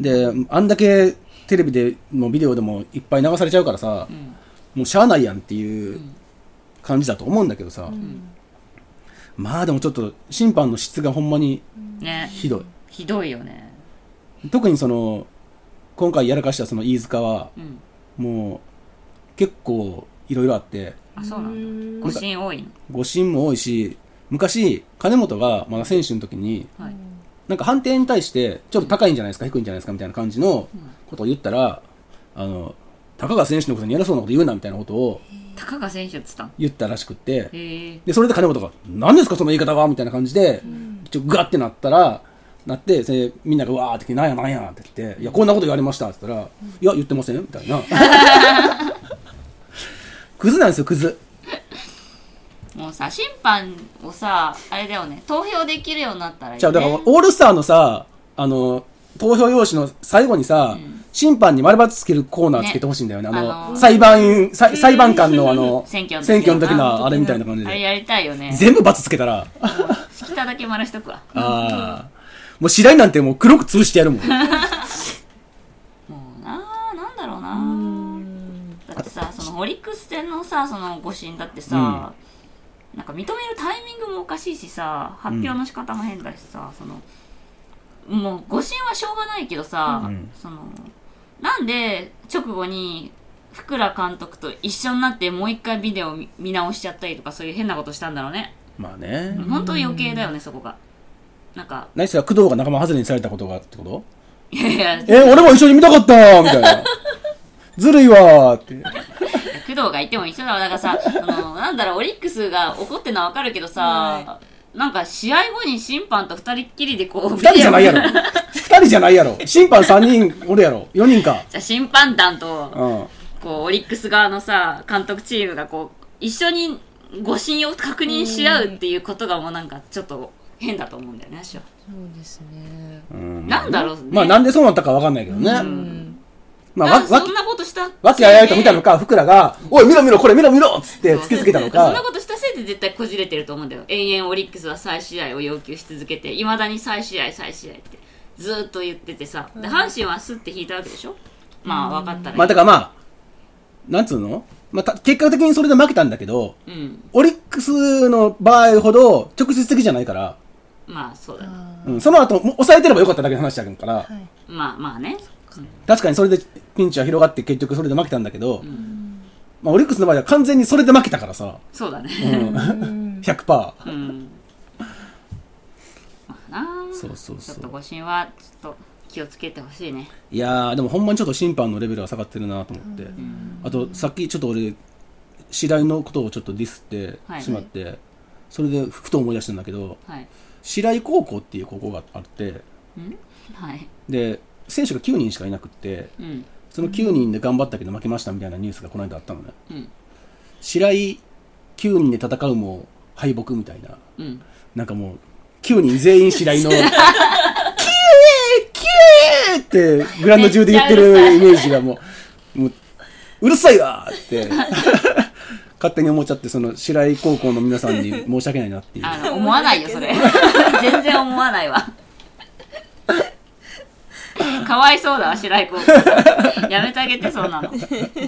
であんだけテレビでもビデオでもいっぱい流されちゃうからさ、うん、もうしゃあないやんっていう感じだと思うんだけどさ、うん、まあでもちょっと審判の質がほんまにひどい、ね、 ひどいよね。 特にその今回やらかしたその飯塚は、うん、もう結構いろいろあって。 あそうなんだ。誤審多いの。 誤審も多いし昔金本がまだ選手の時に、はい、なんか判定に対してちょっと高いんじゃないですか、うん、低いんじゃないですかみたいな感じのことを言ったら、あの高川選手のことに偉そうなこと言うなみたいなことを高川選手って言った言ったらしくってでそれで金本が何ですかその言い方はみたいな感じで、うん、ちょっとガッてなったらなってそれみんながうわーって来てなんやなんやって言って、うん、いやこんなこと言われましたって言ったら、うん、いや言ってませんみたいなクズなんですよクズ。 もうさ審判をさあれだよね投票できるようになったらいいね。 じゃあだからオールスターのさあの投票用紙の最後にさ、うん、審判に丸×つけるコーナーつけてほしいんだよね。ねあの、あのー、裁判員裁裁判官のあの選挙の時選挙の時のあれみたいな感じであれやりたいよね。 全部×つけたら好きただけ丸しとくわ。 ああもう白井なんてもう黒く潰してやるもん。もうななんだろうな。だってさそのオリックス戦のさその誤審だってさ、うん、なんか認めるタイミングもおかしいしさ発表の仕方も変だしさ、うん、そのもう誤審はしょうがないけどさ、うん、そのなんで直後に福良監督と一緒になってもう一回ビデオを 見, 見直しちゃったりとかそういう変なことしたんだろうね。 まあね本当に余計だよねそこが。なんかナイスは工藤が仲間外れにされたことがってこと？ いやいやえ俺も一緒に見たかったみたいなずるいわーって工藤がいても一緒だわ。だからさあのなんだろうオリックスが怒ってるのは分かるけどさ、はい、なんか試合後に審判と二人っきりでこう二人じゃないやろ二人じゃないやろ審判三人おるやろよにんか。 じゃあ審判団と、うん、こうオリックス側のさ監督チームがこう一緒に誤審を確認し合うっていうことがもうなんかちょっと変だと思うんだよね。私はそうですね、 うん、 なんだろうね。 まあなんでそうなったか分かんないけどね、うんまあ、わそんなことしたわけあやいと見たのか福良がおい見ろ見ろこれ見ろ見ろっつって突きつけたのか。 そんなことしたせいで絶対こじれてると思うんだよ。延々オリックスは再試合を要求し続けていまだに再試合再試合ってずっと言っててさ、で阪神はスッて引いたわけでしょ。まあ分かったらいい。 まあだからまあなんつうの、まあ、結果的にそれで負けたんだけど、うん、オリックスの場合ほど直接的じゃないからまあそうだね、 うん、その後抑えてればよかっただけの話だから、はい、 まあまあね、 うん、確かにそれでピンチは広がって結局それで負けたんだけど、うんまあ、オリックスの場合は完全にそれで負けたからさ。 そうだね、 うん、ひゃくパーセント、うん、 まあなそうそうそう。 ちょっと誤審はちょっと気をつけてほしいね。 いやーでもほんまにちょっと審判のレベルが下がってるなと思って、うん、あとさっきちょっと俺白井のことをちょっとディスってしまって、はい、それでふと思い出したんだけど、はい、白井高校っていう高校があって、 ん、はい、 で選手がきゅうにんしかいなくって、うん、そのきゅうにんで頑張ったけど負けましたみたいなニュースがこの間あったのね、うん、白井きゅうにんで戦うも敗北みたいな、うん、なんかもうきゅうにん全員白井のキューキューってグラウンド中で言ってるイメージがもう、もううるさいわって勝手に思っちゃって、その白井高校の皆さんに申し訳ないなっていう。 あの思わないよそれ全然思わないわかわいそうだわ白井高校やめてあげてそんなのもう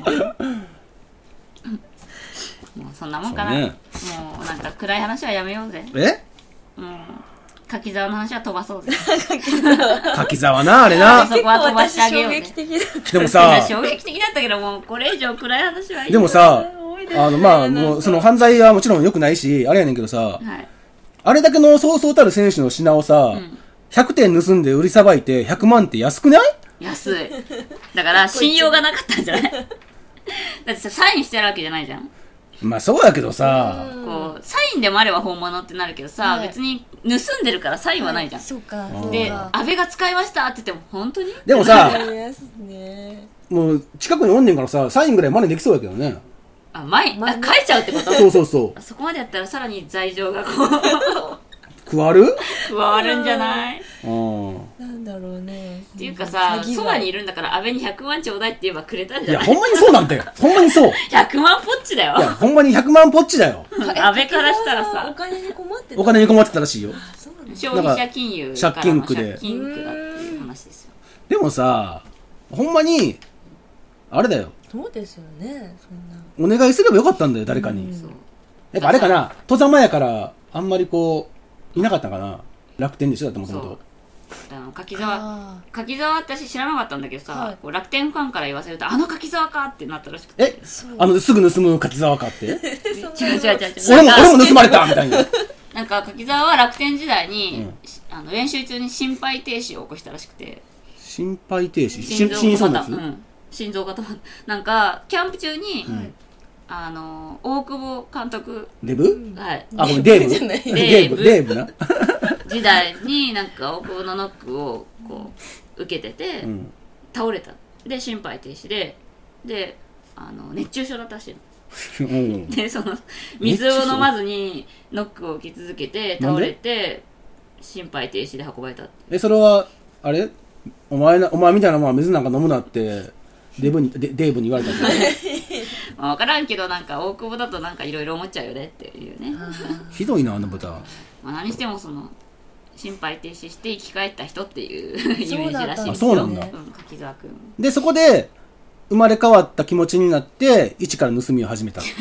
そんなもんかな、ね、もうなんか暗い話はやめようぜ。 え、 うん、柿沢の話は飛ばそうぜ柿沢なあれなそこは飛ばしてあげようぜ。 でもさ衝撃的だったけどもうこれ以上暗い話はいい。 でもさあのまあもうその犯罪はもちろん良くないしあれやねんけどさ、はい、あれだけのそうそうたる選手の品をさ、うん、ひゃくてん盗んで売りさばいてひゃくまんって安くない？ 安い。だから信用がなかったんじゃないだってさサインしてあるわけじゃないじゃん。 まあそうやけどさ、 こうサインでもあれば本物ってなるけどさ、はい、別に盗んでるからサインはないじゃん、はい、 そうか。 で安倍が使いましたって言っても本当にでもさもう近くにおんねんからさサインぐらい真似できそうやけどね。 あ、前、あ、書いちゃうってこと？ そうそうそう。 そこまでやったらさらに罪状がこう加わる？ 加わるんじゃない？ うん。なんだろうね。 っていうかさ、そばにいるんだから安倍にひゃくまんちょうだいって言えばくれたんじゃない？ いやほんまにそうなんだよ。ほんまにそう。 ひゃくまんポッチだよ。 いやほんまにひゃくまんポッチだよ。 安倍からしたらさ、 お金に困ってた。 お金に困ってたらしいよ。 あ、そうなんだ。消費者金融からの借金区で。借金区だっていう話ですよ。 でもさ、ほんまにあれだよ。 そうですよね。そんな。 お願いすればよかったんだよ誰かに。やっぱあれかな、戸ざまやからあんまりこういなかったかな。楽天でしょだってもともと。 柿沢柿沢私知らなかったんだけどさ、はい、こう楽天ファンから言わせるとあの柿沢かってなったらしくて。 え、あのすぐ盗む柿沢かって違う違う違う違う俺も俺も盗まれたみたいななんか柿沢は楽天時代に、うん、あの練習中に心肺停止を起こしたらしくて。 心肺停止心臓が止まった、うん、心臓が止まったなんかキャンプ中に、うん、あの大久保監督デブ、 はい、 あ、ごめん、デーブデーブデーブな時代になんか大久保のノックをこう受けてて、うん、倒れた。で心肺停止でであの熱中症だったらしいの、うん、でその水を飲まずにノックを受け続けて倒れて心肺停止で運ばれたって。 え、それはあれお前なお前みたいなもんは水なんか飲むなってデブにデデーブに言われたってまあ分からんけどなんか大久保だとなんかいろいろ思っちゃうよねっていうねひどいなあの豚、まあ、何してもその心肺停止して生き返った人っていうイメージらしいですよ。 あ、そうなんだ、 うん、柿沢君でそこで生まれ変わった気持ちになって一から盗みを始めた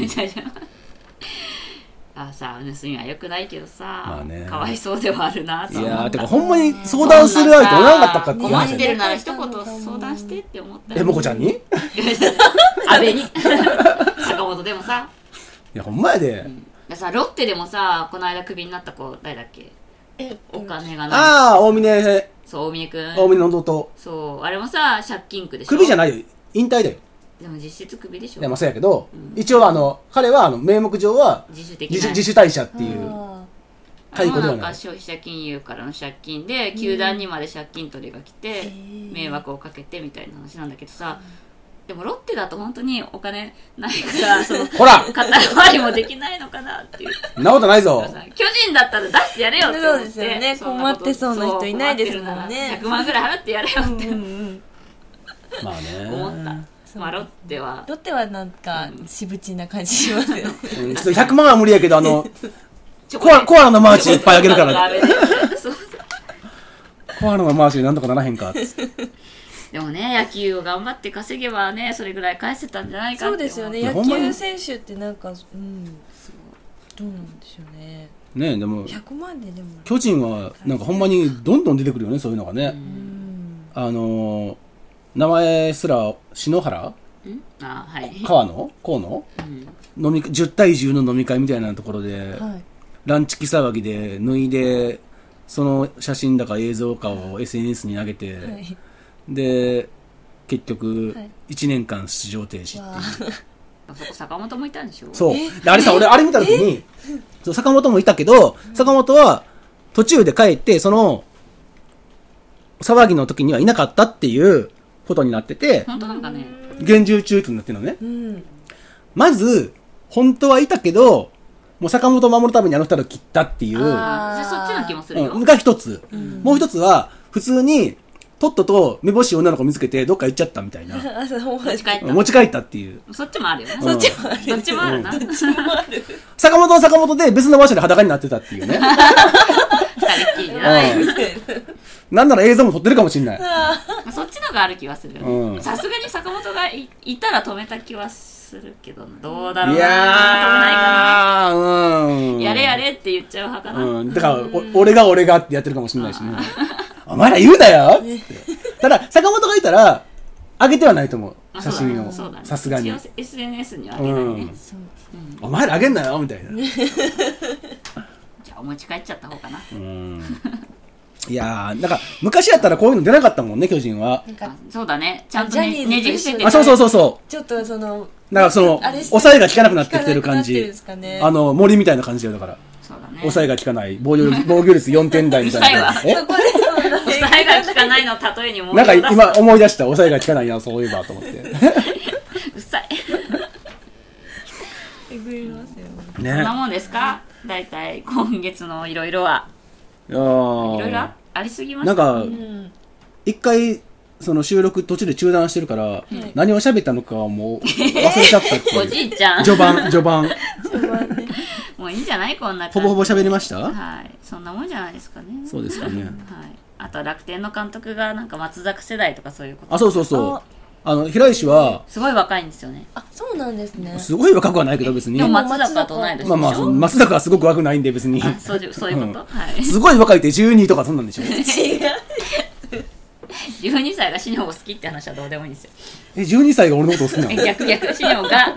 あ、さあ盗みは良くないけどさ、まあね、かわいそうではあるなと思った。 いやーてかほんまに相談する相手おらなかったかって困ってるなら一言相談してって思ったえ、もこちゃんに安倍に坂本でもさ、 いやほんまやで、 うん、さロッテでもさこの間クビになった子誰だっけ、えお金がない。 ああ大峰、 そう大峰くん、 大峰の弟、 そうあれもさ借金区でしょ。 クビじゃないよ、引退だよ。 でも実質クビでしょ。 いやまあそうやけど、うん、一応あの彼はあの名目上は自主的な自主退社っていう解雇ではない。あれもなんか消費者金融からの借金で球団にまで借金取りが来て迷惑をかけてみたいな話なんだけどさ、でもロッテだと本当にお金ないからそのほら肩代わりもできないのかなっていう。 そんなことないぞ。 巨人だったら出してやれよって思って。 そうですよね。困ってそうな人いないですもんね。 ひゃくまんぐらい払ってやれよってうん、うん、 まあね思った。まあ、ロッテはロッテはなんか渋地な感じしますよね、 うん、ちょっとひゃくまんは無理やけどあのコア、コアラのマーチいっぱいあげるからコアラのマーチでなんとかならへんかでもね野球を頑張って稼げばねそれぐらい返せたんじゃないかって。 そうですよね。野球選手ってなんか、うん、そうどうなんでしょうね。 ねえでもひゃくまんででも巨人はなんかほんまにどんどん出てくるよねそういうのがね。あのー名前すら篠原あ、はい、 川野河野、うん、飲みじゅう対じゅうの飲み会みたいなところで、はい、ランチキ騒ぎで脱いでその写真だか映像かを エスエヌエス に上げて、はい、で結局いちねんかん出場停止っていう、 そこ坂本もいたんでしょ。 そうあれさ、俺あれ見た時にそう坂本もいたけど、坂本は途中で帰ってその騒ぎの時にはいなかったっていうことになってて、 本当なんかね、 厳重注意となってるのね、 うん、 まず本当はいたけどもう坂本を守るためにあの二人を切ったっていう、 ああ、そっちの気もするよ、 うん、が一つ、うん、もう一つは普通にとっととめぼしい女の子見つけてどっか行っちゃったみたいな持ち帰った持ち帰ったっていう、 そっちもあるよね、 うん、そっちもある、 どっちもあるな、うん、 坂本は坂本で別の場所で裸になってたっていうね二人っきりじゃないなんなら映像も撮ってるかもしれないそっちのがある気はする、さすがに坂本が い, いたら止めた気はするけどどうだろうな、 いやー、 止めないかな、 うん、 やれやれって言っちゃう派かな、 うん、だからお俺が俺がってやってるかもしれないしねお前ら言うなよってただ坂本がいたら上げてはないと思う、写真をさすがにエスエヌエス には上げないね、うんうん、 お前ら上げんなよみたいなじゃあお持ち帰っちゃった方かな、 うんいやーなんか昔やったらこういうの出なかったもんね、巨人は。 なんかそうだね、ちゃんとねねじ伏せて、 あ、そうそうそうそう、 ちょっとそのだからその抑えが効かなくなってきてる感じ、 ね、 あの森みたいな感じよ、だからそうだね、 抑えが効かない防御率防御率よんてん台みたいなえ抑えが効かないの例えにもなんか今思い出した、抑えが効かないなそういえばと思ってうっさいえぐりますよね。そんなもんですか、だいたい今月のいろいろは。いやろいろありすぎました。 なんか一、うん、回その収録途中で中断してるから、はい、何を喋ったのかはもう忘れちゃったっていう。 おじいちゃん。 序盤序盤。 序盤ね。 もういいんじゃないこんな感じ。 ほぼほぼ喋りました。 はい。そんなもんじゃないですかね。 そうですかね。はい。 あとは楽天の監督がなんか松坂世代とかそういうこと。 あ、そうそうそう。あの平石はすごい若いんですよね。 あ、そうなんですね。 すごい若くはないけど別に。 でも松坂と同い年でしょ。 まあまあ松坂はすごく若くないんで別に。 あ、そうそういうこと。うん、はい。 すごい若いってじゅうにとかそんなんでしょ。違う。 じゅうにさいがシニョを好きって話はどうでもいいんですよ。 え、じゅうにさいが俺のことを好きなの？ 逆逆シニョが。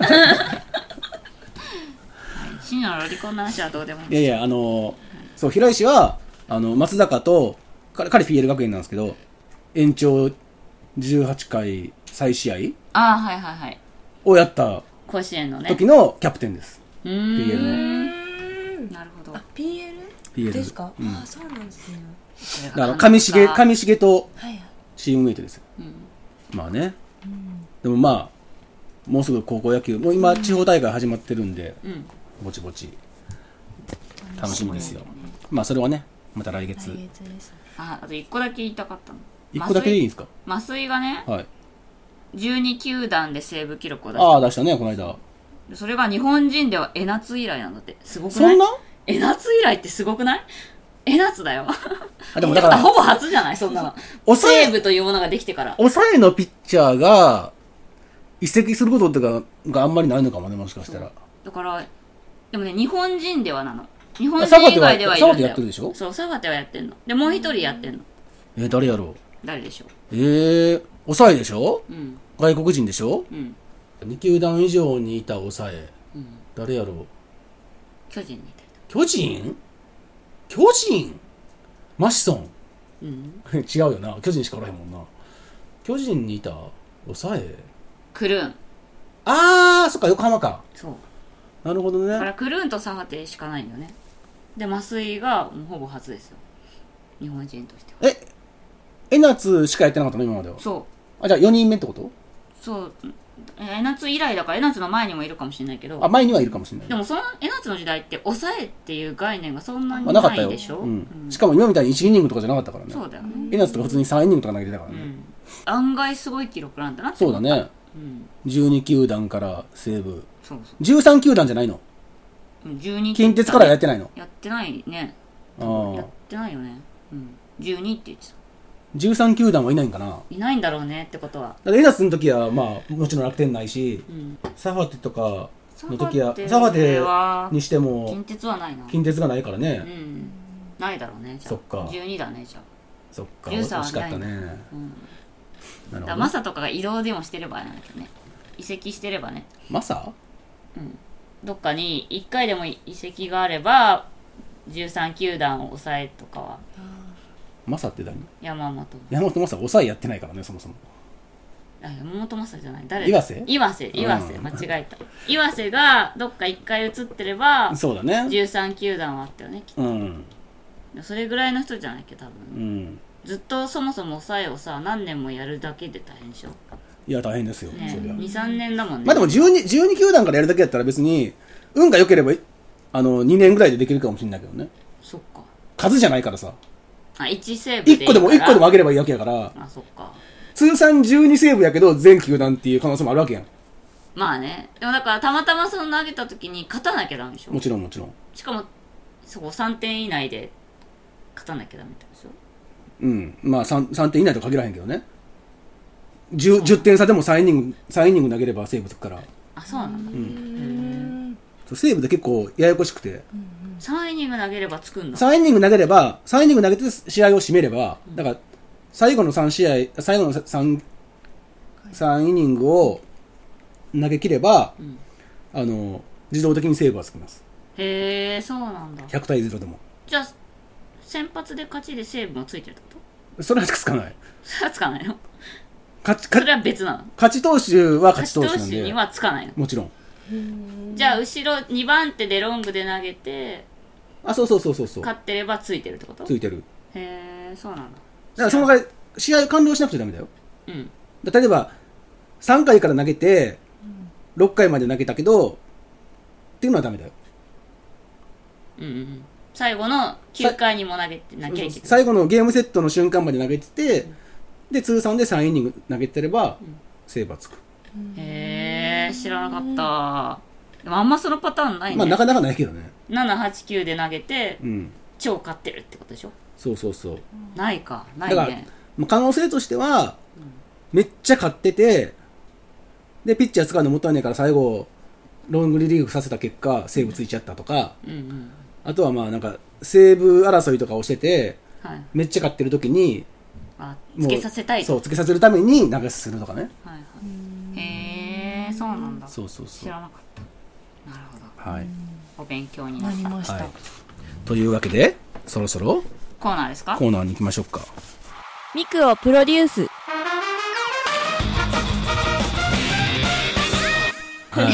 シニョのロリコンの話はどうでもいいんですよ。 いやいやあのーはい、そう平石はあの松坂と彼彼 ピーエル 学園なんですけど延長じゅうはちかい再試合あ、はいはいはい、 をやった甲子園のね時のキャプテンです。 うーんピーエル のなるほど。あ ピーエル? ピーエルですか、 うん、 あそうなんですね。 だから上重上重とチームメイトですよ、はいはい、まあね、うん、でもまあもうすぐ高校野球もう今地方大会始まってるんで、うん、ぼちぼち楽しみですよ、ね、まあそれはねまた来月。 来月です。 ああといっこだけ言いたかったの。 いっこだけでいいんですか。 増井がね、はい、じゅうに球団でセーブ記録を出した。 ああ出したねこの間。 それが日本人では江夏以来なんだって。すごくない？ そんな江夏以来ってすごくない？江夏だよ。 あでもだからほぼ初じゃないそんなの。セーブというものができてから。 抑えのピッチャーが移籍することってかがあんまりないのかもねもしかしたら。 だからでもね日本人ではなの。日本人以外ではいるんだよ。 佐賀やってるでしょ。 そう佐賀ではやってんの。でもう一人やってんの。 えー、誰やろう。 誰でしょう。 えー、抑えでしょ、うん、外国人でしょ、うん、に球団以上にいた抑え、うん、誰やろう。 巨人にいた。 巨人巨人マシソン、うん、違うよな巨人しかおらへんもんな。巨人にいた抑えクルーン。 あーそっか横浜か。 そうなるほどね。 だからクルーンとサハテしかないんだよね。で増井がもうほぼ初ですよ日本人としては。 え江夏しかやってなかったの今までは。 そう。 あじゃあよにんめってこと。 そう江夏以来だから江夏の前にもいるかもしれないけど。 あ前にはいるかもしれない。 でもその江夏の時代って抑えっていう概念がそんなにないでしょ、 うんうん、しかも今みたいにいちイニングとかじゃなかったからね。 そうだよね。 江夏とか普通にさんイニングとか投げてたからね、うん、 案外すごい記録なんだなって。 そうだね、うん、じゅうに球団からセーブ。 そうそうじゅうさん球団じゃないの。 じゅうに近鉄からやってないの。 やってないね。あやってないよね、うん、じゅうにって言ってた。 じゅうさん球団はいないんかな。 いないんだろうねってことは。 だから江夏の時はまあもちろん楽天ないし、うん、サファテとかの時はサファテにしても近鉄はないな。 近鉄がないからね、 うん、ないだろうね。じゃあそっかじゅうにだね。じゃあそっか惜しかったね、うん、 なるほど。だからマサとかが移動でもしてればなんだけどね。移籍してればね。 マサ？ うんどっかにいっかいでも移籍があればじゅうさん球団を抑えとかは。 マサって何？ 山本。 山本マサ抑えやってないからねそもそも。 山本昌じゃない誰岩瀬岩瀬岩瀬、うん、間違えた岩瀬がどっかいっかい移ってればそうだねじゅうさん球団はあったよねきっと、うん、それぐらいの人じゃないっけ多分、うん、ずっとそもそも抑えをさ何年もやるだけで大変でしょ。 いや大変ですよ、ね、 にさんねんだもんね。 まあでも じゅうに, じゅうに球団からやるだけやったら別に運が良ければあのにねんぐらいでできるかもしれないけどね。 そっか数じゃないからさ。 あいちセーブでいいからいっこでもいっこでも上げればいいわけやから。 あそっか通算じゅうにセーブやけど全球団っていう可能性もあるわけやん。 まあね。でもだからたまたまその投げた時に勝たなきゃダメでしょ。 もちろんもちろん。 しかもそこさんてん以内で勝たなきゃダメってことでしょ。 うんまあ 3, さんてん以内と限らへんけどね。 10, じゅってん差でもさんイニングさんイニング投げればセーブつくから。 あそうなんだ。うん。 そうセーブで結構ややこしくて、うんうん、 さんイニング投げればつくんだ。 さんイニング投げればさんイニング投げて試合を締めれば、うん、だから最後のさん試合最後の 3, 3イニングを投げ切れば、うん、あの自動的にセーブはつきます。 へえそうなんだ。 ひゃくたいゼロでも。 じゃあ先発で勝ちでセーブもついてるってこと？ それはつかない。 それはつかないの？ 勝ちそれは別なの？ 勝ち投手は勝ち投手なんで。 勝ち投手にはつかないの？ もちろん。 じゃあ後ろにばん手でロングで投げてあそうそうそうそうそう勝ってればついてるってこと？ ついてる。 へえそうなんだ。 だからその場合試合完了しなくちゃダメだよ。 うん。 例えばさんかいから投げてろっかいまで投げたけどっていうのはダメだよ。 うんうん。最後のきゅうかいにも投げてなきゃいけない。 最後のゲームセットの瞬間まで投げてて、うん、で通算でさんイニング投げてれば、うん、セーブはつく。 へえ知らなかった。でもあんまそのパターンないね。 まあなかなかないけどね。 ななはちきゅうで投げて、うん、超勝ってるってことでしょ。 そうそうそう。 ないかないね。 だから可能性としては、うん、めっちゃ勝っててでピッチャー使うのもったいないから最後ロングリリーフさせた結果セーブついちゃったとか、うんうん、あとはまあなんかセーブ争いとかをしてて、はい、めっちゃ勝ってる時にあつけさせたいそうつけさせるために投げするとかね、はいはい、 へえそうなんだ。 そうそうそう知らなかった。なるほど、はい、お勉強になりました、はい、 というわけでそろそろコーナーですか？ コーナーに行きましょうか。 ミクをプロデュースはい、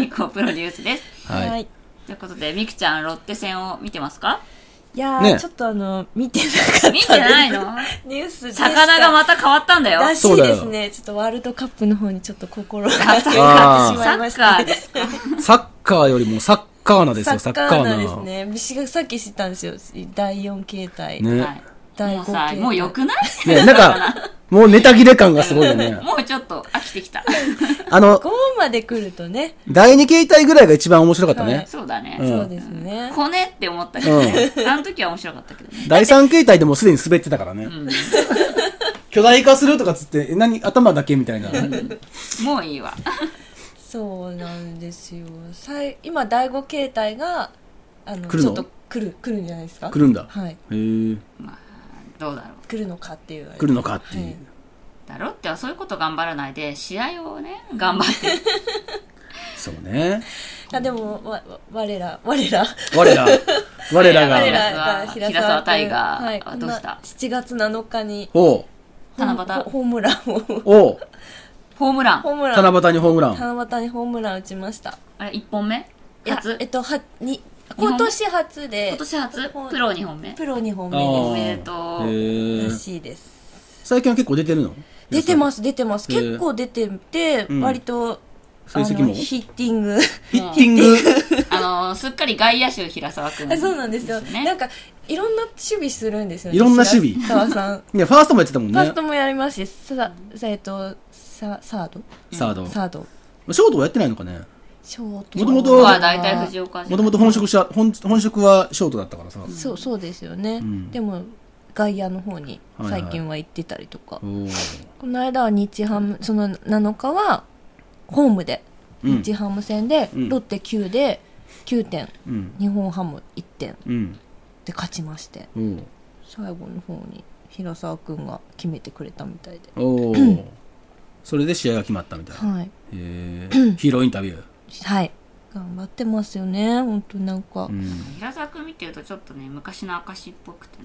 ミクをプロデュースです。 はい、はい、 ということでミクちゃんロッテ戦を見てますか？ いやー、ね、ちょっとあの見てなかった見てないの？ ニュースで魚がまた変わったんだよ。 らしいですね。ちょっとワールドカップの方にちょっと心が強くなってしまいました。 サッカーですか？ サッカーよりもサッカーナですよ。サッカーナですね。私がさっき知ったんですよ。だいよん形態、 ね、 はい、だいご形態。もうよくない？ ね、なんかもうネタ切れ感がすごいよね。 もうちょっと飽きてきた。 あのここまで来るとね。 だいに形態ぐらいが一番面白かったね。はい、 そうだね、 うん。そうですね。 こねって思ったけどね。うん、あの時は面白かったけどね。 だいさん形態でもすでに滑ってたからね。うん、巨大化するとかつって何頭だけみたいな。うん、 もういいわ。 そうなんですよ。今だいご形態があの来るの？ ちょっと来る来るんじゃないですか。 来るんだ。 はい。 へえ。 まあどうだろう。 来るのかっていう。 来るのかっていう。はい、 だろってはそういうこと頑張らないで試合をね頑張って。 そうね。 あでもわ我ら我ら我ら我らが我らが平沢大河、はい、どうした？ しちがつなのかにお七夕ホームランをおホームランホームラン七夕にホームラン七夕にホームラン打ちました。あれいっぽんめ？初？ えっとはに今年初で今年初プロにほんめプロにほんめです。 おめでとう。 らしいです。 最近は結構出てるの？ 出てます出てます。結構出てて、うん、割と成績もヒッティングヒッティングあのすっかり外野手平沢君、 ね、そうなんですよ。なんかいろんな守備するんですよね。 いろんな守備平沢さんいやファーストもやってたもんね。 ファーストもやりますしさ、えっとササードサードサードショートはやってないのかね。 ショートもともとは大体藤岡もともと本職し本本職はショートだったからさ、 うん、そうそうですよね、うん、でも外野の方に最近は行ってたりとか、はいはい、この間は日ハムそのなのかはホームで、うん、日ハム戦で、うん、ロッテきゅうできゅうてん、うん、日本ハムいってん、うん、で勝ちまして、うん、最後の方に平沢君が決めてくれたみたいでおーそれで試合が決まったみたいな、 はい、 へーヒーローインタビューはい頑張ってますよね本当なんか、うん、 平沢君見てるとちょっとね昔の証っぽくてなんか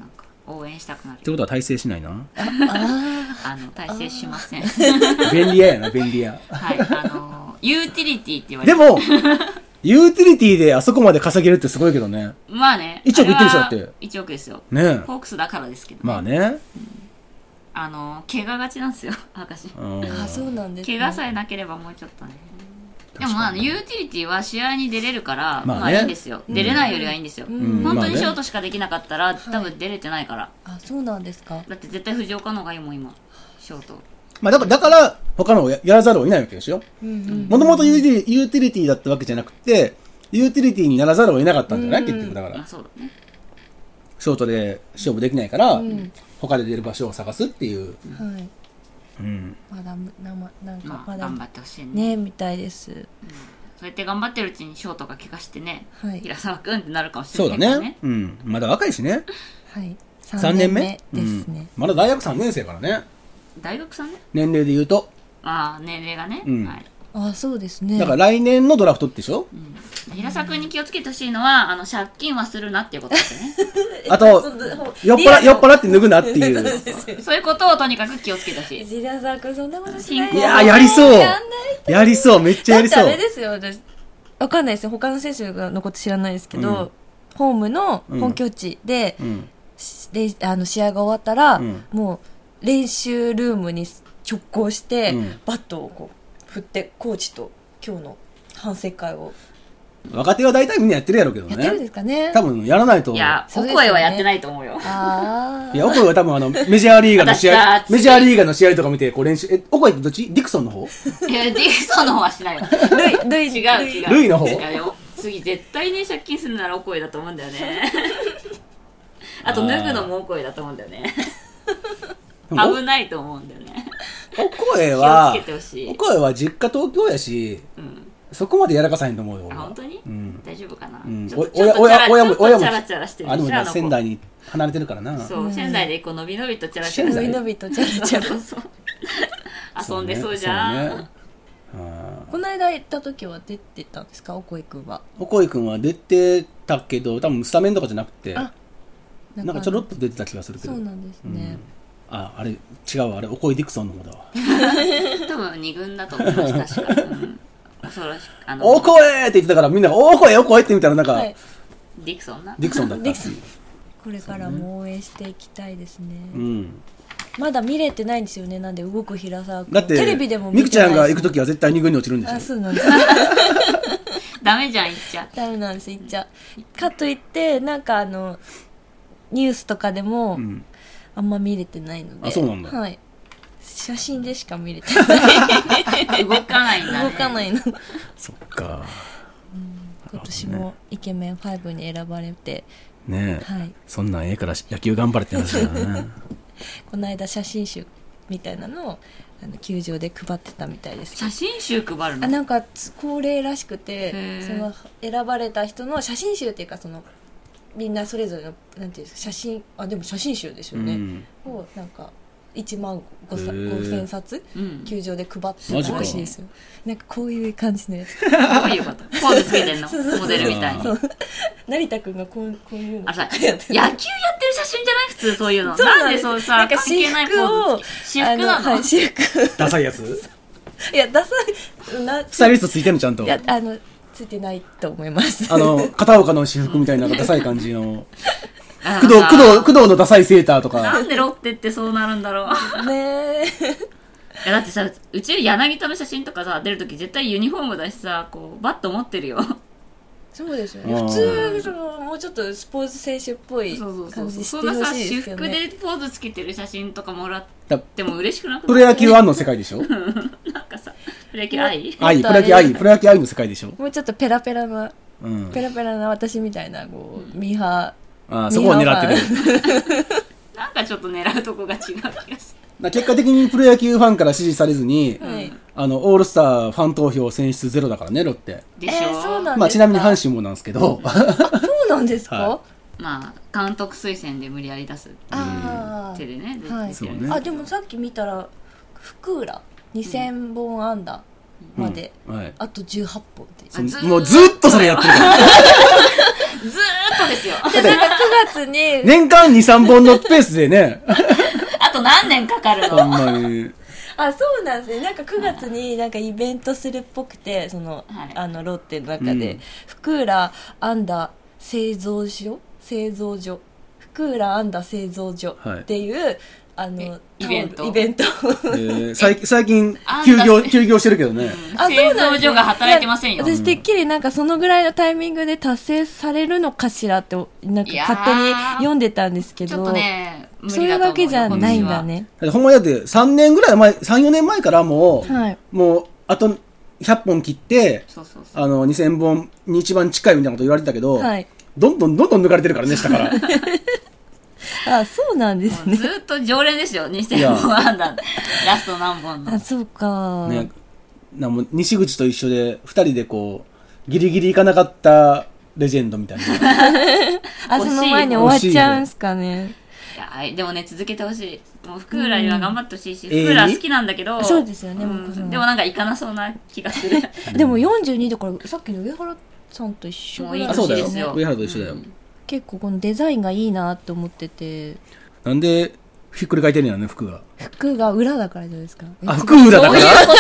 応援したくなる。 ってことは大成しないな。 あの大成しません。 便利屋やな、便利屋。 はい、あのユーティリティって言われて。でもユーティリティであそこまで稼げるってすごいけどね。 まあね。 いちおくいってるでしょって。 いちおくですよ。 ねえ。 ホークスだからですけど、ね。 まあね。うん、 あの怪我がちなんですよ、明石。 あ、そうなんですね。 怪我さえなければもうちょっとね。でもまあユーティリティは試合に出れるから、まあ、ね、まあいいんですよ。出れないよりはいいんですよ。うん、本当にショートしかできなかったら、うん、多分出れてないから。 あ、そうなんですか。 だって絶対藤岡の方がいいもん今、ショート。 まあだからだから他のを や, やらざるを得ないわけですよ。もともとユーティリティだったわけじゃなくて、ユーティリティにならざるを得なかったんじゃない、うん、結局だから。 あ、そうだね。 ショートで勝負できないから、うん、他で出る場所を探すっていう。はい。うん。 まだなまなんかまだ、 まあ、頑張ってほしいね。 ねみたいです。うん、 そうやって頑張ってるうちにショートが怪我してね、はい、平沢くんってなるかもしれないけどね。 そうだね。うん。まだ若いしね。 はい。 さんねんめですね、 うん。まだ大学さんねん生からね。 大学さんねん年齢で言うと。 ああ、年齢がね。 うん、 はい。 ああ、そうですね。 だから来年のドラフトってでしょ、 うん、平沢くんに気をつけてほしいのは、あの、借金はするなっていうことですね。 あと、酔っ払、酔っ払って脱ぐなっていう。 そういうことをとにかく気をつけてほしい。 平沢くんそんなことしない。 いやー、やりそう。やりそう、めっちゃやりそう。 だってあれですよ、私。わかんないですよ。他の選手のこと知らないですけど、うん、ホームの本拠地で、うん、であの試合が終わったら、うん、もう練習ルームに直行して、うん、バットをこう振ってコーチと今日の反省会を。 若手は大体みんなやってるやろうけどね。 やってるんですかね。 多分やらないと。 いや、お声はやってないと思うよ。 ああ。いや、お声は多分あの、メジャーリーガーの試合、メジャーリーガーの試合とか見て、こう練習、え、お声ってどっち？ディクソンの方？ いや、ディクソンの方はしないわ。ルイ、ルイ、違う違う。 ルイの方？ いやよ、次絶対ね、借金するならお声だと思うんだよね。あと、脱ぐのもお声だと思うんだよね。危ないと思うんだよね。 お声は、 気をつけてほしい。 お声は実家東京やし、うん。そこまでやらかさへんと思うよ。 あ、本当に、うん、大丈夫かな、うん、 ちょっとチャラチャラしてるでしょ。あ、でもね、仙台に離れてるからな。 そう、仙台でこうのびのびとチャラチャラのびのびとチャラチャラそうそう遊んでそうじゃん。そうね、 この間行った時は出てたんですか、おこいくんは。 おこいくんは出てたけど、多分スタメンとかじゃなくて、あ、なんかちょろっと出てた気がするけど。 そうなんですね。 うん、あ、あれ違うわ、あれおこいディクソンの方だわ。 多分に軍だと思います確か。うん恐ろしあのお声って言ってたからみんながお声お声って見たらなんか、はい、 ディクソンなディクソンだった。 これからも応援していきたいですね。 うん、 まだ見れてないんですよね。なんで動く平沢君だってテレビでも見てない。みくちゃんが行くときは絶対に軍に落ちるんでしょ。 あ、そうなんです。 ダメじゃん、行っちゃダメなんです、行っちゃかといってなんかあのニュースとかでも、うん、あんま見れてないので。 あ、そうなんだ。 はい、写真でしか見れてない動かないんだね。 動かないの。 そっか、 うん、今年もイケメンごに選ばれてねえ、 はい、 そんなんええから野球頑張れって話だよね。 この間写真集みたいなのをあの球場で配ってたみたいです。 写真集配るの？ あ、なんか恒例らしくて、その選ばれた人の写真集っていうか、そのみんなそれぞれのなんていうんですか、写真、あ、でも写真集ですよね、うん、をなんかいちまんごせんさつ、うん、球場で配ってたらしいですよ。なんかこういう感じのやつ。 どういうこと？ポーズつけてんの？モデルみたいに。 成田くんがこう、こういうの。 あ、さ、野球やってる写真じゃない？普通そういうの。なんでそうさ、関係ないポーズ。私服なの？ はい、私服。 ダサいやつ？ いや、ダサい。 なスタイリストついてんのちゃんと？ いや、あの、ついてないと思います。 あの、片岡の私服みたいなダサい感じの。工藤、工藤、工藤のダサいセーターとか。 なんでロッテってそうなるんだろう。 ねえ。 いやだってさ、うち柳田の写真とかさ出るとき絶対ユニフォームだしさ、こうバット持ってるよ。 そうですよね。普通そのもうちょっとスポーツ選手っぽい感じしてほしいですよね。そんなさ、私服でポーズつけてる写真とかもらっても嬉しくなくない？ プロ野球案の世界でしょ。 なんかさ、プロ野球愛？ 愛、プロ野球愛、プロ野球愛の世界でしょ。 もうちょっとペラペラな、うん、ペラペラな私みたいなこう、うん、ミーハー、 ああ、そこを狙ってる。 なんかちょっと狙うとこが違う気がする。 結果的にプロ野球ファンから支持されずに、はい、あのオールスターファン投票選出ゼロだからね、ロッテ。 でしょ、えー、そうなんですか。 まあ、ちなみに阪神もなんですけど。 そうなんですか、 はい、 まあ監督推薦で無理やり出す手でね、 はい、そうね。あ、でもさっき見たら福浦にせんぼん安打まで、うんうん、はい、あとじゅうはっぽんって、 もうずっとそれやってるから。 ずーっとですよ。 で、なんかくがつに。 年間に、さんぼんのペースでね。 あと何年かかるの。 ほんまに。 あ、そうなんですね。なんかくがつになんかイベントするっぽくて、その、はい、あの、ロッテの中で、うん、福浦アンダ製造所製造所。福浦アンダ製造所っていう、はい、あの、 イベント。 イベント。えー、最最近、休業、休業してるけどね。 うん、あ、製造所が働いてませんよ。 私、てっきりなんかそのぐらいのタイミングで達成されるのかしらって、なんか勝手に読んでたんですけど。 ちょっとね、無そういうわけじゃないんだね。 ほんまにだってさんねんぐらい前、さん、よねんまえからもう、はい、もう、あとひゃっぽん切って、そうそうそう、あの、にせんぼんに一番近いみたいなこと言われてたけど、はい、どんどんどんどん抜かれてるからね、下から。 あ、そうなんですね。 ずっと常連ですよ、にせんぼんあんだ。ラスト何本の。 あ、そうか。 ね、なも西口と一緒で、二人でこう、ギリギリいかなかったレジェンドみたいな。 あ、その前に終わっちゃうんすかね。 いや、でもね、続けてほしい。もう福浦には頑張ってほしいし、うん、福浦好きなんだけど、 えー、そうですよね、うん、 でもなんかいかなそうな気がする。 でもよんじゅうにだから、さっきの上原さんと一緒ぐらい。 あ、そうだよ。上原と一緒だよ。うん、 結構このデザインがいいなって思ってて。 なんでひっくり返ってるんやね、服が。 服が裏だからじゃないですか。 あ、服裏だから。 そういうこと。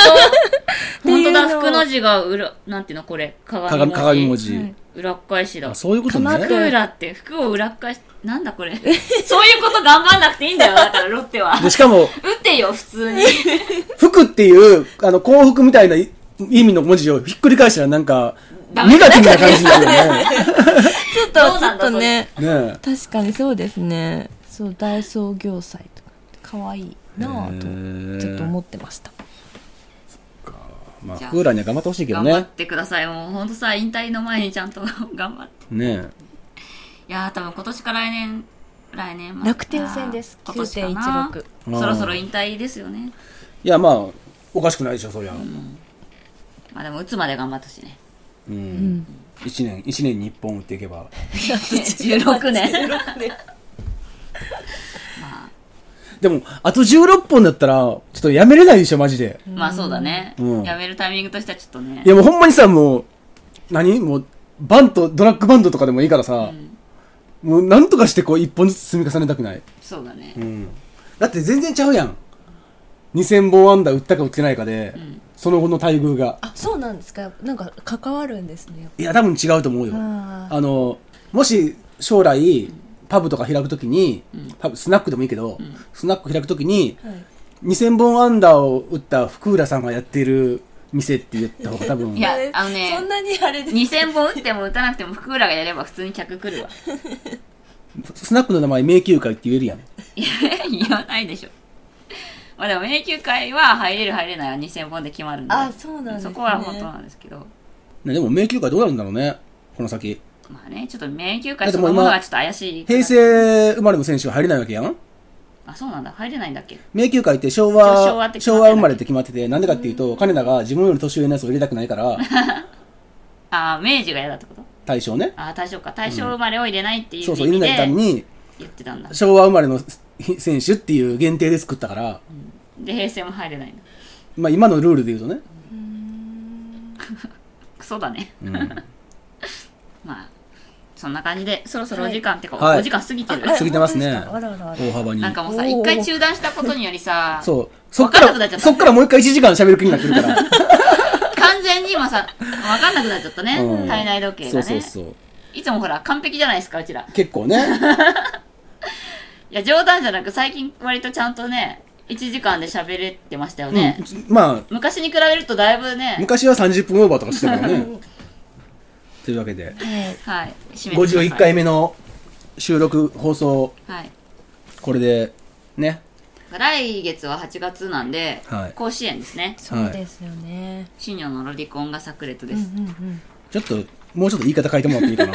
本当だ、服の字が裏、なんていうのこれ、鏡文字。 鏡文字。はい、 裏っ返しだ。 あ、そういうことね。 服裏って服を裏っ返し、なんだこれ。そういうこと頑張んなくていいんだよ、だからロッテは。 でしかも、 打ってよ、普通に。 服っていう、あの、幸福みたいな意味の文字をひっくり返したらなんか、ネガティブな感じになるよね。 ちょっと、ちょっとね。ね、確かにそうですね。そう、大創業祭とか、かわいいなぁと、ちょっと思ってました。 そっか。まあ、クーラーには頑張ってほしいけどね。 頑張ってください。もう、ほんとさ、引退の前にちゃんと頑張って。 ねえ。いやー、多分今年か来年、来年ま楽天戦です。 今年かな。そろそろ引退ですよね。 いや、まあ、おかしくないでしょ、そりゃ。うん、 まあでも、打つまで頑張ってほしいね。 うん。うん、いちねん、いちねんにいっぽん打っていけば。 じゅうろくねん。じゅうろくねん。まあ、でも、あとじゅうろっぽんだったら、ちょっとやめれないでしょ、マジで。 まあそうだね。うん、やめるタイミングとしてはちょっとね。 いやもうほんまにさ、もう、何もう、バント、ドラッグバントとかでもいいからさ、うん、もうなんとかしてこう、一本ずつ積み重ねたくない？ そうだね。 うん。だって全然ちゃうやん。にせんぼん安打打ったか打ってないかで、うん、その後の待遇が。 あ、そうなんですか。なんか関わるんですね。 いや、多分違うと思うよ。あ, あの、もし将来、パブとか開くときに、うん、パブ、スナックでもいいけど、うん、スナック開くときに、はい、にせんぼん安打を打った福浦さんがやっている店って言った方が多分。 いや、あのね、 そんなにあれです。 にせんぼん打っても打たなくても福浦がやれば普通に客来るわ。 スナックの名前迷宮会って言えるやん。 いや、言わないでしょ。まあでも迷宮会は入れる入れないはにせんぼんで決まるんで。 あ、そうなんですね。 そこは本当なんですけど。 ね、でも迷宮会どうなるんだろうね、この先。 まあね、ちょっと迷宮会そのものがちょっと怪しい。 平成生まれの選手は入れないわけやん。 あ、そうなんだ。入れないんだっけ。 迷宮会って昭和、昭和, 昭和生まれって決まってて、なんでかっていうと、金田が自分より年上のやつを入れたくないから。 あ、明治が嫌だってこと？ 大正ね。 あ、大正か。大正生まれを入れないっていう意味で、 うん、そうそう、入れないために、 言ってたんだ。 昭和生まれの選手っていう限定で作ったから。 うん、で、平成も入れないんだ。 まあ今のルールで言うとね。 うーん。クソだね。うん、まあ。そんな感じでそろそろお時間、はい、ってか、はい、お時間過ぎてる。 過ぎてますね。大幅に。 なんかもうさ、一回中断したことによりさ、 そう。そっから、そっからもう一回いちじかん喋る気になってるから。 完全に今さ、わかんなくなっちゃったね。うん、体内時計がね。そうそうそう。いつもほら、完璧じゃないですか、うちら。 結構ね。 いや、冗談じゃなく、最近割とちゃんとね、いちじかんで喋れてましたよね。 うん、まあ。 昔に比べるとだいぶね。 昔はさんじゅっぷんオーバーとかしてたからね。というわけで、 はい、 ごじゅういっかいめの収録放送、はい、これでね、 来月ははちがつなんで、はい、甲子園ですね。 そうですよね。 新庄のロリコンが炸裂です、うんうんうん、 ちょっともうちょっと言い方変えてもらっていいかな。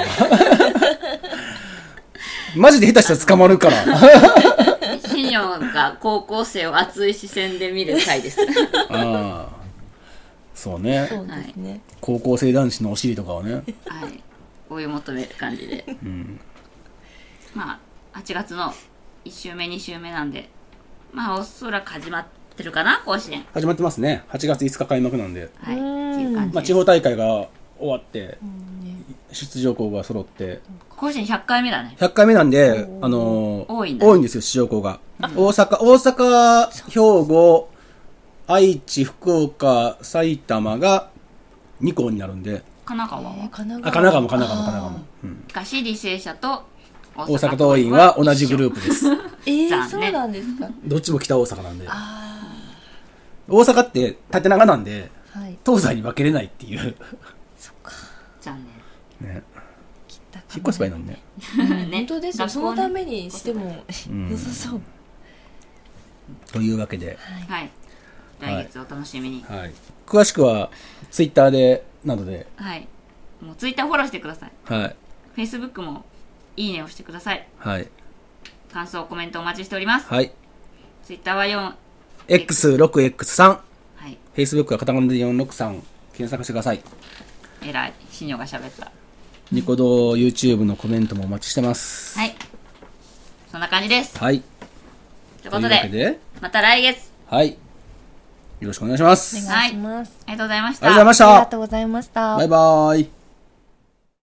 マジで下手したら捕まるから。 新庄が高校生を熱い視線で見る回です。 ああ、そうね。 そうですね。 高校生男子のお尻とかをね。 はい。追い求める感じで。うん、まあ、はちがつのいち週目、に週目なんで、まあ、おそらく始まってるかな、甲子園。 始まってますね。はちがついつか開幕なんで。 はい。っていう感じ。 まあ、地方大会が終わって、 出場校が揃って。 甲子園ひゃっかいめだね。 ひゃっかいめなんで、あのー、 多いんだ、ね、 多いんですよ、出場校が。大阪、大阪、兵庫、愛知、福岡、埼玉がに校になるんで。 神奈川は、えー、 神奈川も神奈川も神奈川も。 うん、しかし、履正社と大阪桐蔭は同じグループです。 えー、そうなんですか。 どっちも北大阪なんで。大阪って縦長なんで、はい、東西に分けれないっていう。 そっか。 残念。 ね。引っ越せばいいのにね。 ね、本当ですよ。そのためにしても良さそう。 というわけで。 はい。来月お楽しみに。 はい。詳しくは、ツイッターで、などで。 はい。もうツイッターフォローしてください。 はい。 フェイスブックも、いいねをしてください。 はい。 感想、コメントお待ちしております。 はい。 ツイッターはよん、 エックスろくエックスさん。はい。 フェイスブックはカタカナでよんろくさん。検索してください。 えらい。シニョが喋った。 ニコ動、YouTube のコメントもお待ちしてます。 はい。そんな感じです。 はい。 ということで、でまた来月。 はい。よろしくお願いします。 お願いします。 はい。ありがとうございました。 ありがとうございました。 ありがとうございました。 バイバーイ。